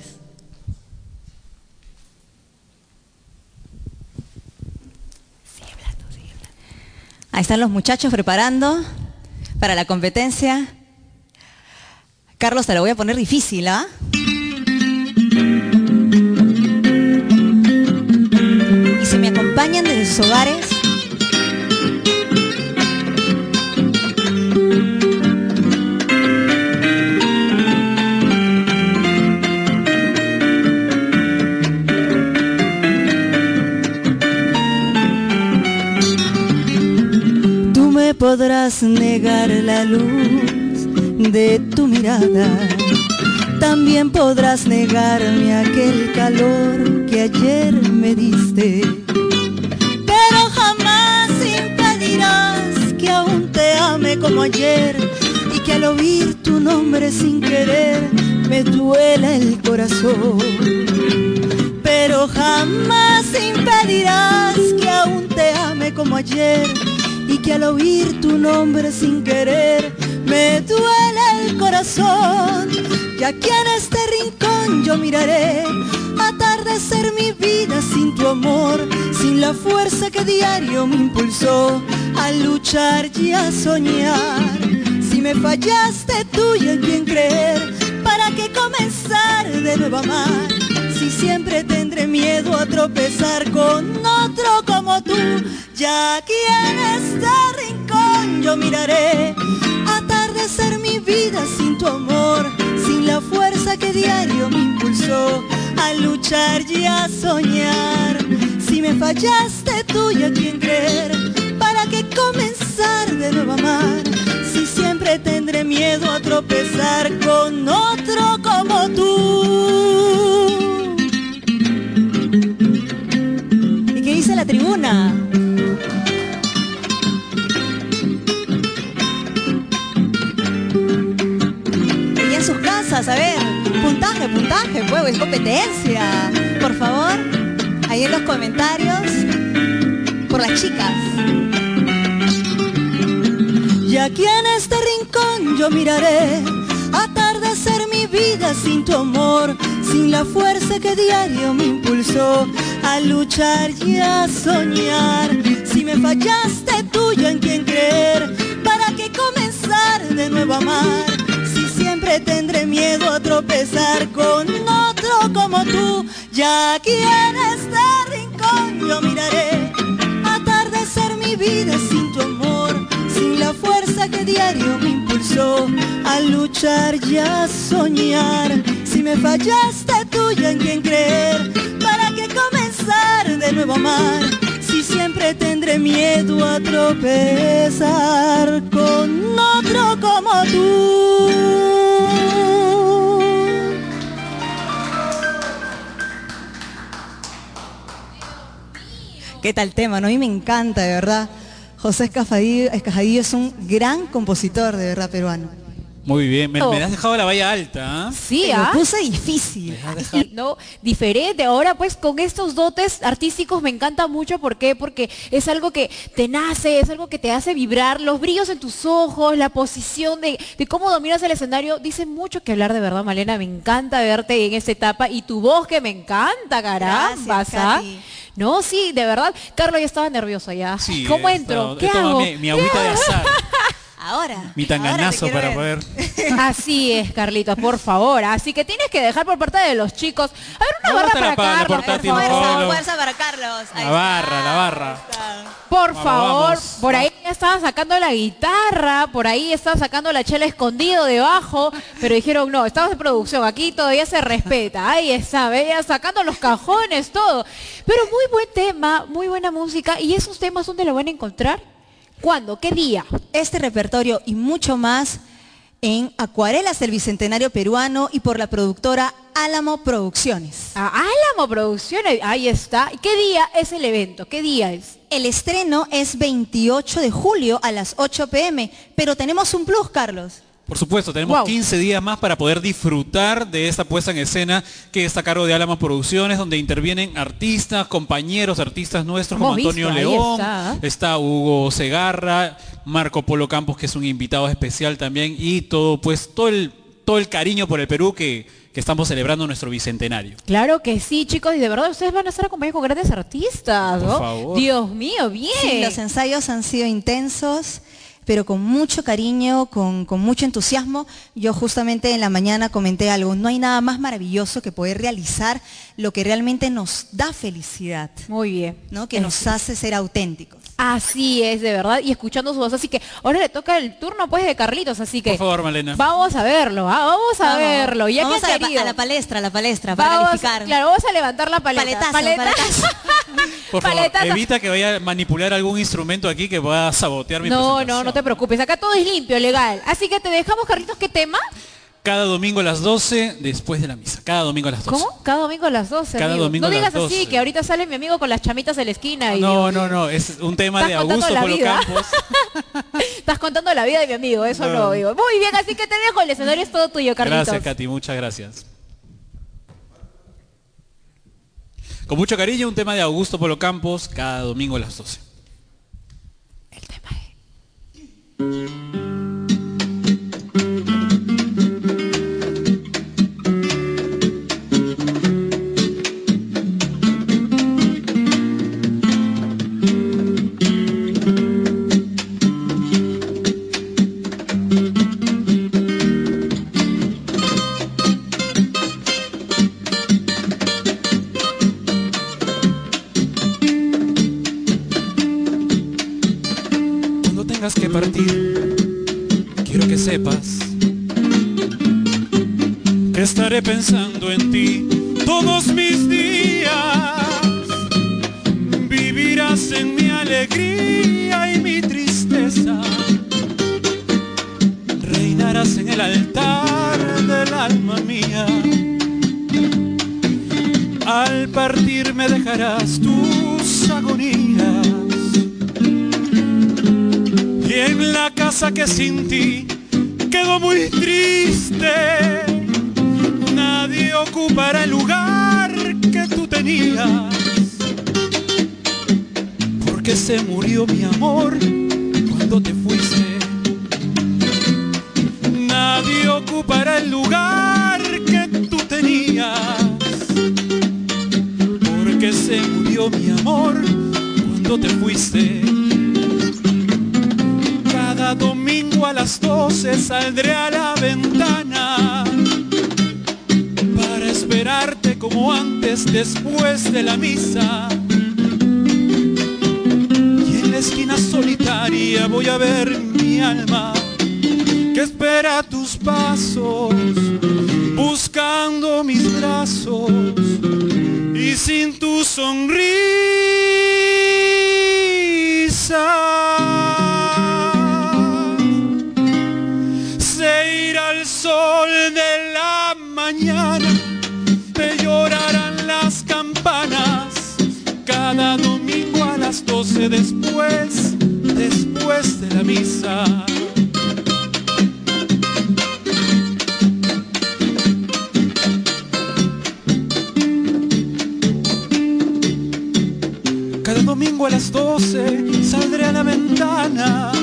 Ahí están los muchachos preparando para la competencia. Carlos, te lo voy a poner difícil, ¿ah? Y si me acompañan desde sus hogares, tú me podrás negar la luz de tu mirada. También podrás negarme aquel calor que ayer me diste. Pero jamás impedirás que aún te ame como ayer y que al oír tu nombre sin querer me duela el corazón. Pero jamás impedirás que aún te ame como ayer y que al oír tu nombre sin querer me duele el corazón. Y aquí en este rincón yo miraré atardecer mi vida sin tu amor, sin la fuerza que diario me impulsó a luchar y a soñar. Si me fallaste tú y en quién creer, ¿para qué comenzar de de nuevo amar? Si siempre tendré miedo a tropezar con otro como tú. Ya aquí en este rincón yo miraré atardecer mi vida sin tu amor, sin la fuerza que diario me impulsó a luchar y a soñar. Si me fallaste tú, ¿y a quién creer? ¿Para qué comenzar de nuevo a amar? Si siempre tendré miedo a tropezar con otro como tú. ¿Y qué dice la tribuna? Y en sus casas, a ver, puntaje, puntaje, pues, es competencia. Por favor, ahí en los comentarios, por las chicas. Y aquí en este rincón yo miraré atardecer mi vida sin tu amor, sin la fuerza que diario me impulsó a luchar y a soñar. Si me fallaste tú, ¿y en quién creer? ¿Para qué comenzar de nuevo a amar? Si siempre tendré miedo a tropezar con otro como tú. Ya aquí en este rincón yo miraré atardecer mi vida sin tu amor, sin la fuerza que diario me impulsó a luchar y a soñar. Si me fallaste tú, ¿y en quién creer? ¿Para qué comenzar de nuevo a amar? Si siempre tendré miedo a tropezar con otro como tú. ¿Qué tal tema? ¿No? A mí me encanta, de verdad. José Escajadillo, Escajadillo es un gran compositor, de verdad, peruano. Muy bien, me, me has dejado la valla alta. ¿eh? Sí, Te ¿ah? lo puse difícil. Y, no, diferente. Ahora pues con estos dotes artísticos me encanta mucho. ¿Por qué? Porque es algo que te nace, es algo que te hace vibrar. Los brillos en tus ojos, la posición de, de cómo dominas el escenario, dice mucho que hablar, de verdad, Malena. Me encanta verte en esta etapa y tu voz que me encanta, caramba. Gracias, Katy. No, sí, de verdad. Carlos ya estaba nervioso ya. Sí, ¿Cómo he entro? estado- ¿Qué he tomado hago? Mi, mi agüita de azar, Ahora. mi tanganazo ahora te para quiero poder... Así es, Carlitos, por favor. Así que tienes que dejar por parte de los chicos. A ver, una No, barra bota la para pa- la Carlos, portátil, por por favor. favor. Fuerza para Carlos. Ahí La barra, la barra. Por Vamos, favor, vamos. por ahí ya estaba sacando la guitarra, por ahí estaba sacando la chela escondido debajo, pero dijeron, no, estamos en producción, aquí todavía se respeta. Ahí está, veía sacando los cajones, todo. Pero muy buen tema, muy buena música. ¿Y esos temas dónde lo van a encontrar? ¿Cuándo? ¿Qué día? Este repertorio y mucho más en Acuarelas del Bicentenario Peruano y por la productora Álamo Producciones. A Álamo Producciones, ahí está. ¿Qué día es el evento? ¿Qué día es? El estreno es veintiocho de julio a las ocho pe eme, pero tenemos un plus, Carlos. Por supuesto, tenemos Wow. quince días más para poder disfrutar de esta puesta en escena que está a cargo de Álamo Producciones, donde intervienen artistas, compañeros, artistas nuestros como Hemos Antonio visto, ahí León, está. está Hugo Segarra, Marco Polo Campos, que es un invitado especial también, y todo, pues, todo el, todo el cariño por el Perú que, que estamos celebrando nuestro bicentenario. Claro que sí, chicos, y de verdad ustedes van a estar acompañados con grandes artistas, Por ¿no? favor. Dios mío, bien. Sí, los ensayos han sido intensos, pero con mucho cariño, con, con mucho entusiasmo. Yo justamente en la mañana comenté algo, no hay nada más maravilloso que poder realizar lo que realmente nos da felicidad, Muy bien. ¿no? Que nos hace ser auténticos. Así es, de verdad, y escuchando su voz. Así que ahora le toca el turno pues de Carlitos, así que Por favor, Malena. vamos a verlo, ¿ah? vamos a Vamos. verlo. Ya Vamos que a la, han pa- querido. a la palestra, a la palestra, para Vamos, calificar. claro, vamos a levantar la paleta. Paletazo, paletazo. Por favor, paletazo. evita que vaya a manipular algún instrumento aquí que pueda sabotear mi No, presentación. no, no te preocupes, acá todo es limpio, legal. Así que te dejamos, Carlitos, ¿qué tema? Cada domingo a las doce después de la misa. Cada domingo a las doce. ¿Cómo? Cada domingo a las doce. Cada amigo. domingo no a las digas así, doce. que ahorita sale mi amigo con las chamitas de la esquina. Y No, Dios no, mío. no, es un tema Estás de contando Augusto la Polo vida. Campos. Estás contando la vida de mi amigo, eso no, No. digo. Muy bien, así que te dejo, el escenario es todo tuyo, Carlitos. Gracias, Katy, muchas gracias. Con mucho cariño, un tema de Augusto Polo Campos, cada domingo a las doce. El tema es... que partir, quiero que sepas que estaré pensando en ti todos mis días. Vivirás en mi alegría y mi tristeza, reinarás en el altar del alma mía. Al partir me dejarás tus agonías, y en la casa que sin ti quedó muy triste, nadie ocupará el lugar que tú tenías, porque se murió mi amor cuando te fuiste. Nadie ocupará el lugar que tú tenías, porque se murió mi amor cuando te fuiste. Cada domingo a las doce saldré a la ventana para esperarte como antes después de la misa. Y en la esquina solitaria voy a ver mi alma que espera tus pasos, buscando mis brazos, y sin tu sonrisa se irá el sol de la mañana, te llorarán las campanas cada domingo a las doce después, después de la misa. Cada domingo a las doce saldré a la ventana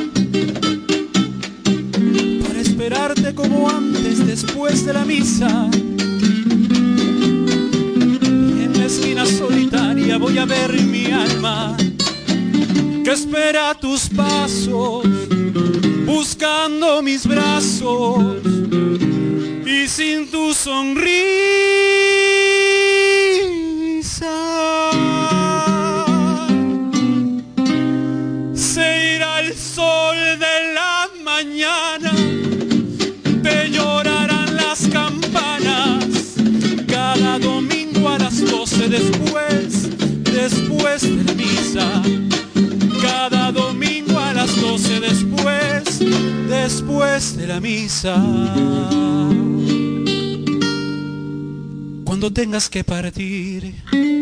para esperarte como antes después de la misa. Y en la esquina solitaria voy a ver mi alma que espera tus pasos, buscando mis brazos, y sin tu sonrisa se irá el sol de la mañana, te llorarán las campanas cada domingo a las doce después, después de la misa. Cada domingo a las doce después, después de la misa. Cuando tengas que partir,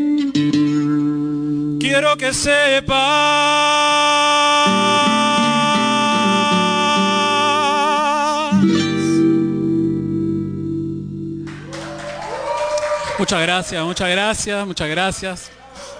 quiero que sepas Muchas gracias, muchas gracias, muchas gracias.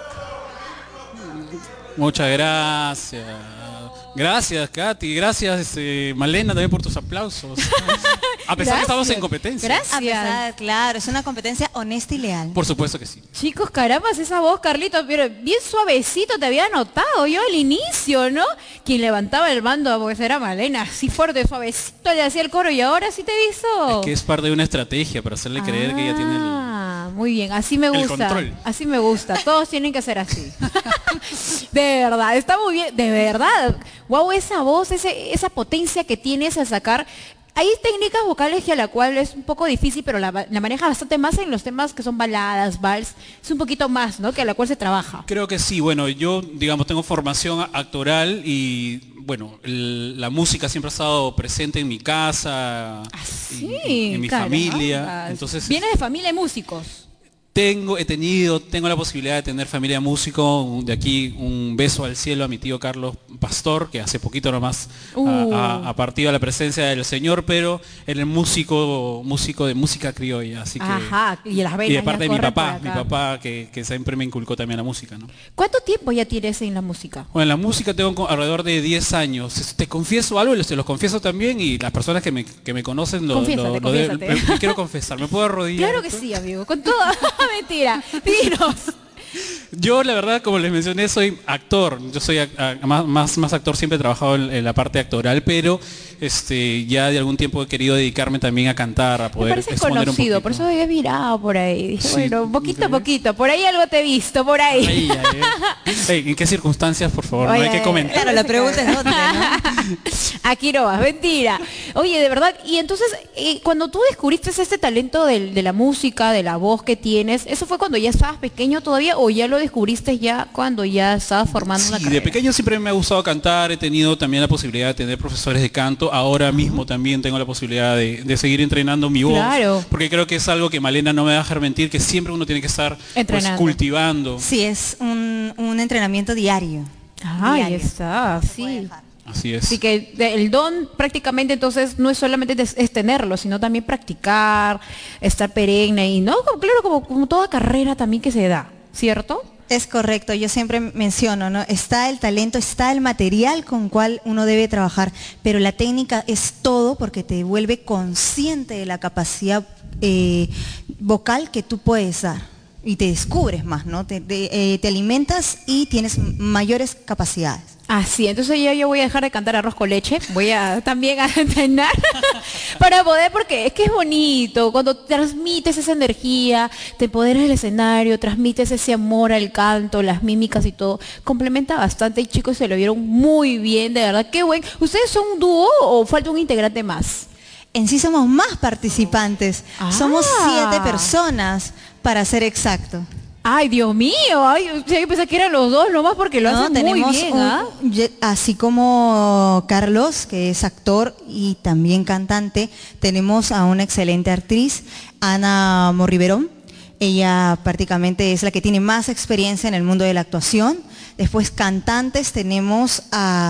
Muchas gracias. Gracias, Katy. Gracias, este, Malena, también por tus aplausos. A pesar Gracias. que estamos en competencia. Gracias. A pesar, claro, es una competencia honesta y leal. Por supuesto que sí. Chicos, caramba, esa voz, Carlitos, pero bien suavecito te había notado yo al inicio, ¿no? Quien levantaba el mando pues era Malena, así fuerte, suavecito le hacía el coro y ahora sí te hizo. Es que es parte de una estrategia para hacerle creer que ella tiene el... Ah, muy bien, así me gusta. control. Así me gusta. Todos tienen que ser así. De verdad, está muy bien, de verdad. Wow, esa voz, ese, esa potencia que tienes al sacar. Hay técnicas vocales que a la cual es un poco difícil, pero la, la maneja bastante más en los temas que son baladas, vals. Es un poquito más, ¿no? Que a la cual se trabaja. Creo que sí. Bueno, yo, digamos, tengo formación actoral y, bueno, el- la música siempre ha estado presente en mi casa, Sí, en, en mi caramba. familia. Entonces, Viene de familia de músicos. tengo, he tenido, tengo la posibilidad de tener familia músico. Un- De aquí un beso al cielo a mi tío Carlos Pastor, que hace poquito nomás Uh. ha, ha- ha partido a la presencia del Señor, pero era el músico, músico de música criolla, así que Ajá, y las venas y de parte ya de mi corren papá, por mi acá. papá que, que siempre me inculcó también la música, ¿no? ¿Cuánto tiempo ya tienes en la música? Bueno, en la música tengo co- alrededor de diez años. Te confieso algo, y se los confieso también, y las personas que me, que me conocen lo, Confiésate, lo- lo de- confiésate. me, me quiero confesar. ¿Me puedo arrodillar? Claro que sí, amigo, con toda mentira. Dinos. Yo, la verdad, como les mencioné, soy actor. Yo soy a, a, más, más, más actor, siempre he trabajado en, en la parte actoral, pero este, ya de algún tiempo he querido dedicarme también a cantar, a poder Me pareces conocido, por eso había mirado por ahí. Dije, Sí, bueno, poquito a poquito, por ahí algo te he visto, por ahí. Ay, ay, ay. Ey, ¿en qué circunstancias, por favor? Oye, no hay que comentar. claro, la pregunta es dónde, ¿no? Aquí no vas, mentira. Oye, de verdad, y entonces, eh, cuando tú descubriste este talento del- de la música, de la voz que tienes, ¿eso fue cuando ya estabas pequeño todavía o ya lo descubriste ya cuando ya estabas formando una Y carrera? de pequeño siempre me ha gustado cantar, he tenido también la posibilidad de tener profesores de canto, ahora mismo también tengo la posibilidad de, de seguir entrenando mi voz, Claro. porque creo que es algo que Malena no me va a dejar mentir, que siempre uno tiene que estar pues, Entrenando. cultivando. Sí, es un, un entrenamiento diario. Ah, ahí Diario. está, sí. Así es. Así que de- el don prácticamente entonces no es solamente des- es tenerlo, sino también practicar, estar perenne y no, como- claro, como, como toda carrera también que se da, ¿cierto? Es correcto, yo siempre menciono, ¿no? Está el talento, está el material con cual uno debe trabajar, pero la técnica es todo porque te vuelve consciente de la capacidad eh, vocal que tú puedes dar y te descubres más, ¿no? Te, te, eh, te alimentas y tienes mayores capacidades. Así, entonces yo, yo voy a dejar de cantar arroz con leche, voy a también a entrenar para poder, porque es que es bonito, cuando transmites esa energía, te empoderas del escenario, transmites ese amor al canto, las mímicas y todo, complementa bastante y chicos se lo vieron muy bien, de verdad, qué buen. ¿Ustedes son un dúo o falta un integrante más? En sí somos más participantes, somos Ah. siete personas para ser exacto. Ay, Dios mío, ay, o sea, yo pensé que eran los dos nomás porque lo No, hacen muy tenemos bien, un- ¿ah? ye- así como Carlos, que es actor y también cantante, tenemos a una excelente actriz, Ana Morriverón. Ella prácticamente es la que tiene más experiencia en el mundo de la actuación. Después cantantes tenemos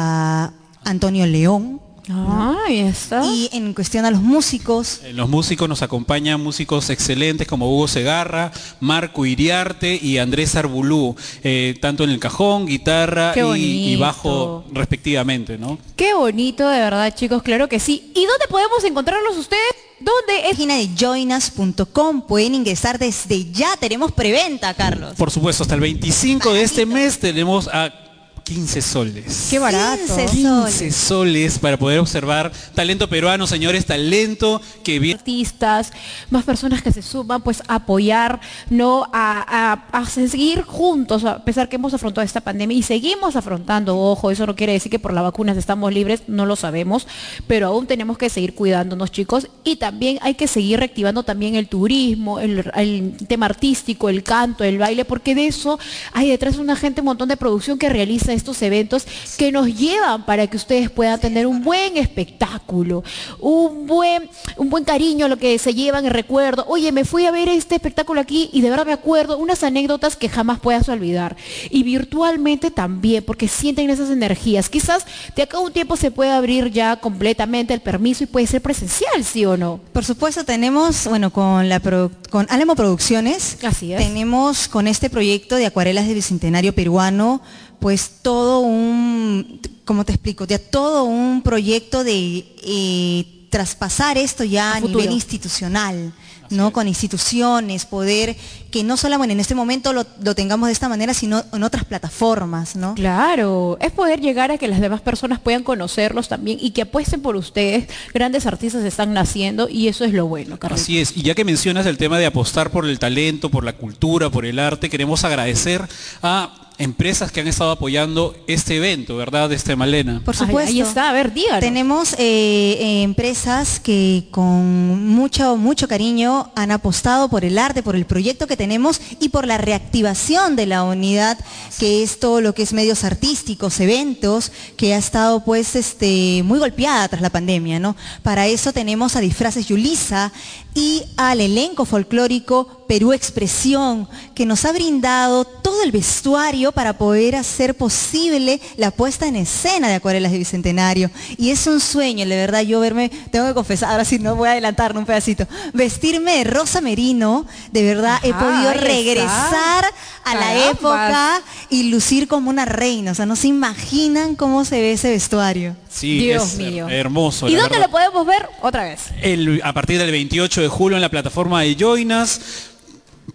a Antonio León. Ah, ahí está. Y en cuestión a los músicos, En los músicos nos acompañan músicos excelentes como Hugo Segarra, Marco Iriarte y Andrés Arbulú, eh, tanto en el cajón, guitarra Qué y, y bonito. bajo respectivamente, ¿no? Qué bonito, de verdad, chicos, claro que sí. ¿Y dónde podemos encontrarlos ustedes? ¿Dónde es? página de joinas punto com, pueden ingresar desde ya, tenemos preventa, Carlos. Por supuesto, hasta el veinticinco de este mes tenemos a quince soles. Qué barato. quince soles para poder observar talento peruano, señores, talento que viene. Artistas, más personas que se suman, pues a apoyar, no a, a- a seguir juntos, a pesar que hemos afrontado esta pandemia y seguimos afrontando, ojo, eso no quiere decir que por las vacunas estamos libres, no lo sabemos, pero aún tenemos que seguir cuidándonos, chicos, y también hay que seguir reactivando también el turismo, el, el tema artístico, el canto, el baile, porque de eso hay detrás una gente, un montón de producción que realiza estos eventos que nos llevan para que ustedes puedan tener un buen espectáculo, un buen, un buen cariño a lo que se llevan el recuerdo. Oye, me fui a ver este espectáculo aquí y de verdad me acuerdo unas anécdotas que jamás puedas olvidar. Y virtualmente también, porque sienten esas energías. Quizás de acá a un tiempo se puede abrir ya completamente el permiso y puede ser presencial, ¿sí o no? Por supuesto, tenemos, bueno, con la produ- con Álamo Producciones, Así es. tenemos con este proyecto de acuarelas del Bicentenario peruano, pues todo un, ¿cómo te explico? Ya todo un proyecto de eh, traspasar esto ya a, futuro. nivel institucional, ¿no? Con instituciones, poder que no solamente en este momento lo, lo tengamos de esta manera, sino en otras plataformas, ¿no? Claro, es poder llegar a que las demás personas puedan conocerlos también y que apuesten por ustedes. Grandes artistas están naciendo y eso es lo bueno, Carlos. Así es, y ya que mencionas el tema de apostar por el talento, por la cultura, por el arte, queremos agradecer a empresas que han estado apoyando este evento, ¿verdad, este Malena? Por Ay, supuesto. ahí está, a ver, díganos. Tenemos eh, eh, empresas que con mucho, mucho cariño han apostado por el arte, por el proyecto que tenemos y por la reactivación de la unidad, que es todo lo que es medios artísticos, eventos, que ha estado pues este, muy golpeada tras la pandemia, ¿no? Para eso tenemos a Disfraces Yulisa y al elenco folclórico Perú Expresión, que nos ha brindado todo el vestuario para poder hacer posible la puesta en escena de Acuarelas de Bicentenario. Y es un sueño, de verdad, yo verme, tengo que confesar, ahora sí no voy a adelantar un pedacito, vestirme de rosa merino, de verdad he Ajá, podido ahí está. regresar a la Carambas. época y lucir como una reina, o sea, no se imaginan cómo se ve ese vestuario. Sí, Dios es mío. hermoso. ¿Y la dónde verdad. lo podemos ver? Otra vez. El- a partir del veintiocho de julio en la plataforma de Joinas.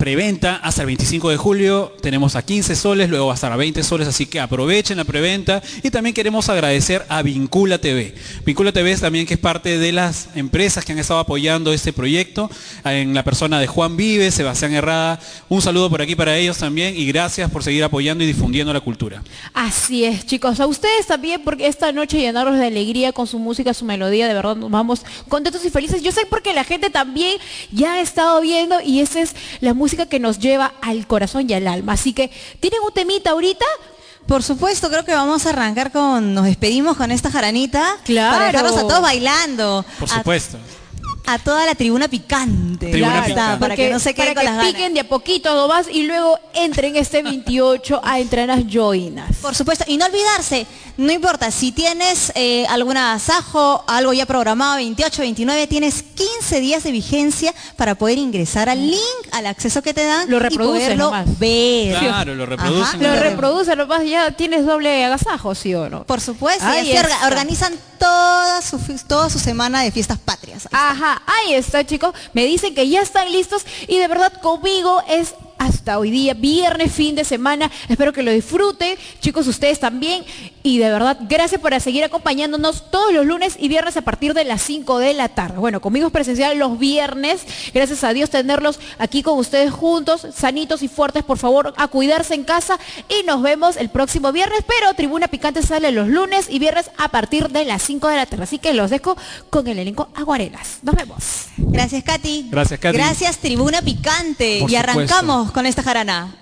preventa hasta el veinticinco de julio, tenemos a quince soles, luego va a estar a veinte soles, así que aprovechen la preventa. Y también queremos agradecer a Vincula T V. Vincula T V es también que es parte de las empresas que han estado apoyando este proyecto, en la persona de Juan Vives, Sebastián Herrada. Un saludo por aquí para ellos también y gracias por seguir apoyando y difundiendo la cultura. Así es, chicos, a ustedes también, porque esta noche llenarlos de alegría con su música, su melodía, de verdad nos vamos contentos y felices. Yo sé porque la gente también ya ha estado viendo y esa es la música que nos lleva al corazón y al alma. Así que, ¿tienen un temita ahorita? Por supuesto, creo que vamos a arrancar con, nos despedimos con esta jaranita. Claro. Para dejarlos a todos bailando. Por supuesto. A, a toda la tribuna picante. Tribuna Claro, picante. Para que no se queden para con que las piquen ganas. de a poquito nomás y luego entren este veintiocho a entrenar joinas. Por supuesto, y no olvidarse, no importa, si tienes eh, algún agasajo, algo ya programado, veintiocho, veintinueve, tienes quince días de vigencia para poder ingresar al link, al acceso que te dan. Lo y reproduces poderlo nomás. ver. Claro, lo reproducen. Lo reproduce nomás, ya tienes doble agasajo, ¿sí o no? Por supuesto, Ahí y así orga- está. organizan toda su, toda su semana de fiestas patrias. Ajá, ahí está, chicos. Me dicen que ya están listos y de verdad conmigo es hasta hoy día, viernes, fin de semana. Espero que lo disfruten, chicos, ustedes también. Y de verdad, gracias por seguir acompañándonos todos los lunes y viernes a partir de las cinco de la tarde. Bueno, conmigo es presencial los viernes. Gracias a Dios tenerlos aquí con ustedes juntos, sanitos y fuertes. Por favor, a cuidarse en casa y nos vemos el próximo viernes. Pero Tribuna Picante sale los lunes y viernes a partir de las cinco de la tarde. Así que los dejo con el elenco Aguarelas. Nos vemos. Gracias, Katy. Gracias, Katy. Gracias, Tribuna Picante. Por y supuesto. arrancamos con esta jarana.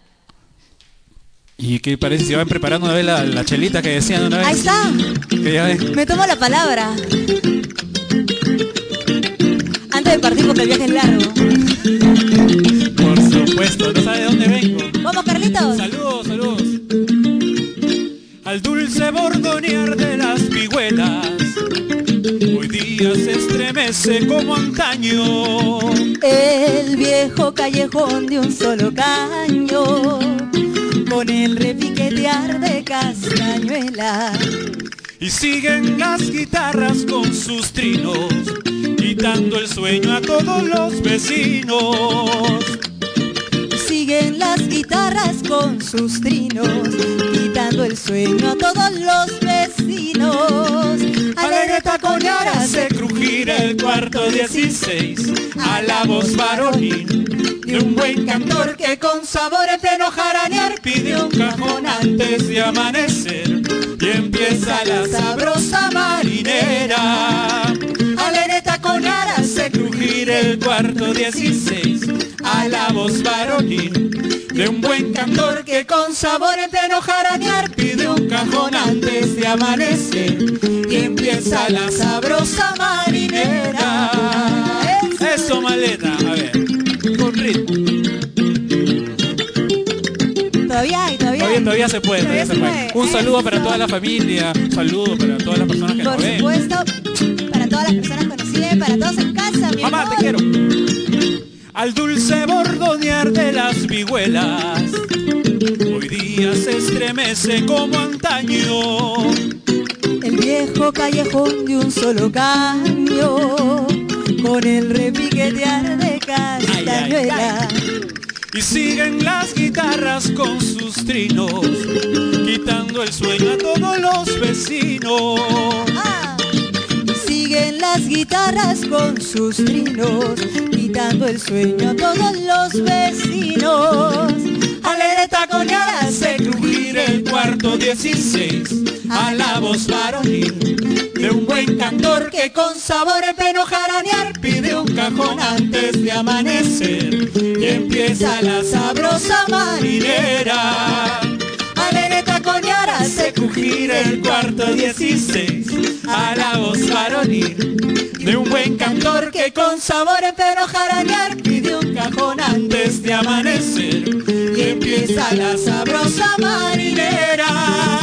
¿Y qué parece? Si van preparando una vez la, la chelita que decían una vez. Ahí está. Que ya ven. Me tomo la palabra. Antes de partir porque el viaje es largo. Por supuesto, no sabe de dónde vengo. Vamos, Carlitos. Saludos, saludos. Al dulce bordonear de las vihuelas, hoy día se estremece como antaño. El viejo callejón de un solo caño, con el repiquetear de castañuela. Y siguen las guitarras con sus trinos, quitando el sueño a todos los vecinos. Siguen las guitarras con sus trinos, quitando el sueño a todos los vecinos. Alegre taconear hace crujir el cuarto dieciséis a la voz varonil de un buen cantor que con sabor en pleno jaranear pide un cajón antes de amanecer y empieza la sabrosa marinera. Alegre taconear hace crujir el cuarto dieciséis a la voz varonil de un buen cantor que con sabor en pleno jaranear pide un cajón antes de amanecer y empieza la sabrosa marinera. Eso, maleta, a ver, con ritmo. Todavía hay, todavía Todavía, hay. todavía se puede, todavía se puede. Un saludo para toda la familia, un saludo para todas las personas que nos Por ven. supuesto, para todas las personas conocidas, para todos en casa, mi Mamá, amor. te quiero. Al dulce bordonear de las vihuelas, hoy día se estremece como antaño. El viejo callejón de un solo caño, con el repiquetear de castañuela. Y siguen las guitarras con sus trinos, quitando el sueño a todos los vecinos. Ah. Siguen las guitarras con sus trinos, quitando el sueño a todos los vecinos. Alegre taconear hace crujir el cuarto dieciséis a la voz varonil de un buen cantor que con sabor en pleno jaranear pide un cajón antes de amanecer y empieza la sabrosa marinera. Alegre taconear hace crujir el cuarto dieciséis a la voz varonil de un buen cantor que con sabor en pleno jaranear pide un cajón antes de amanecer y empieza la sabrosa marinera.